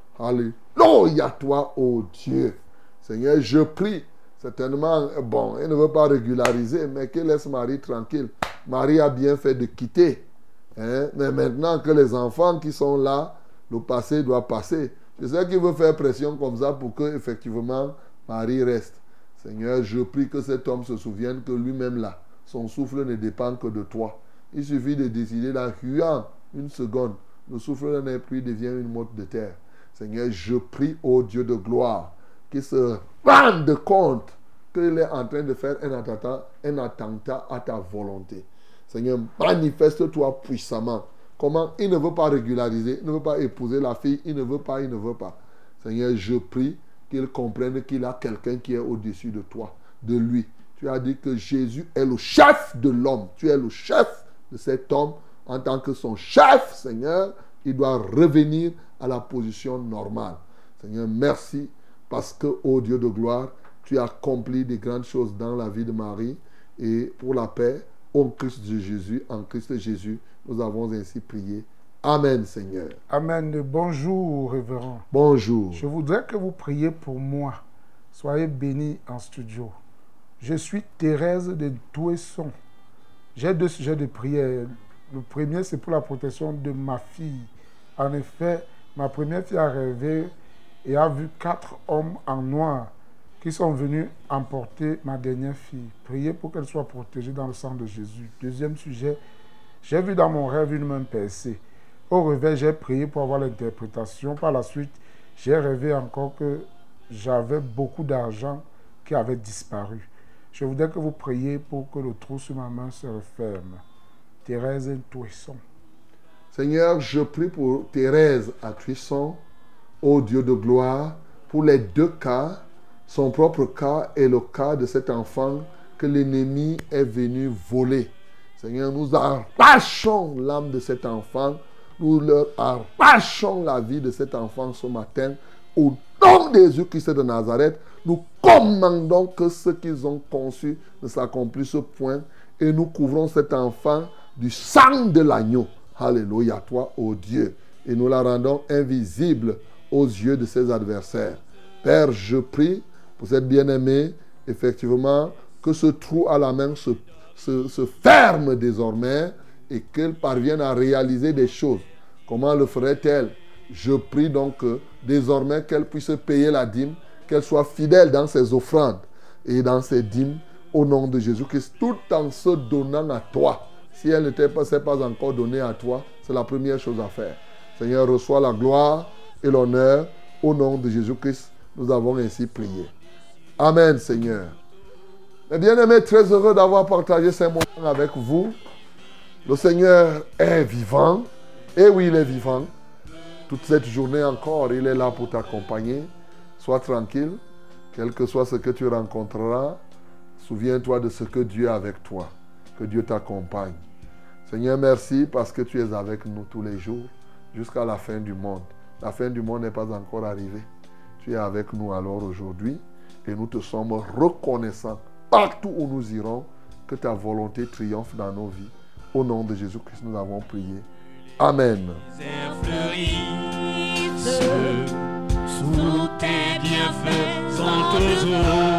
Alléluia toi, ô Dieu. Seigneur, je prie. Certainement, bon, il ne veut pas régulariser, mais qu'il laisse Marie tranquille. Marie a bien fait de quitter. Hein? Mais maintenant que les enfants qui sont là, le passé doit passer. Je sais qu'il veut faire pression comme ça pour que, effectivement, Marie reste. Seigneur, je prie que cet homme se souvienne que lui-même là, son souffle ne dépend que de toi. Il suffit de décider là, une seconde, le souffle d'un pluie devient une motte de terre. Seigneur, je prie au Dieu de gloire qu'il se rende compte qu'il est en train de faire un attentat à ta volonté. Seigneur, manifeste-toi puissamment. Comment il ne veut pas régulariser, il ne veut pas épouser la fille, il ne veut pas. Seigneur, je prie qu'il comprenne qu'il a quelqu'un qui est au-dessus de toi, de lui. Tu as dit que Jésus est le chef de l'homme. Tu es le chef de cet homme. En tant que son chef, Seigneur, il doit revenir à la position normale. Seigneur, merci parce que, ô Dieu de gloire, tu as accompli des grandes choses dans la vie de Marie et pour la paix, en Christ Jésus, nous avons ainsi prié. Amen, Seigneur. Amen. Bonjour, révérend. Bonjour. Je voudrais que vous priez pour moi. Soyez bénis en studio. Je suis Thérèse de Douesson. J'ai 2 sujets de prière. Le premier, c'est pour la protection de ma fille. En effet, ma première fille a rêvé et a vu 4 hommes en noir qui sont venus emporter ma dernière fille. Priez pour qu'elle soit protégée dans le sang de Jésus. Deuxième sujet, j'ai vu dans mon rêve une main percée. Au réveil, j'ai prié pour avoir l'interprétation. Par la suite, j'ai rêvé encore que j'avais beaucoup d'argent qui avait disparu. Je voudrais que vous priez pour que le trou sur ma main se referme. Thérèse Touesson. Seigneur, je prie pour Thérèse à Touesson, ô Dieu de gloire, pour les 2 cas, son propre cas et le cas de cet enfant que l'ennemi est venu voler. Seigneur, nous arrachons l'âme de cet enfant, nous leur arrachons la vie de cet enfant ce matin. Au nom de Jésus-Christ de Nazareth, nous commandons que ce qu'ils ont conçu ne s'accomplisse point et nous couvrons cet enfant du sang de l'agneau. Alléluia, toi, ô Dieu. Et nous la rendons invisible aux yeux de ses adversaires. Père, je prie pour cette bien-aimée, effectivement, que ce trou à la main se ferme désormais et qu'elle parvienne à réaliser des choses. Comment le ferait-elle? Je prie donc désormais qu'elle puisse payer la dîme, qu'elle soit fidèle dans ses offrandes et dans ses dîmes au nom de Jésus-Christ, tout en se donnant à toi. Si elle ne s'est pas encore donnée à toi, c'est la première chose à faire. Seigneur, reçois la gloire et l'honneur au nom de Jésus-Christ. Nous avons ainsi prié. Amen, Seigneur. Mes bien-aimés, très heureux d'avoir partagé ces moments avec vous. Le Seigneur est vivant. Et oui, il est vivant. Toute cette journée encore, il est là pour t'accompagner. Sois tranquille, quel que soit ce que tu rencontreras. Souviens-toi de ce que Dieu a avec toi. Que Dieu t'accompagne. Seigneur, merci parce que tu es avec nous tous les jours jusqu'à la fin du monde. La fin du monde n'est pas encore arrivée. Tu es avec nous alors aujourd'hui et nous te sommes reconnaissants partout où nous irons que ta volonté triomphe dans nos vies. Au nom de Jésus-Christ, nous avons prié. Amen. Fleurissent sous tes bienfaisantes eaux.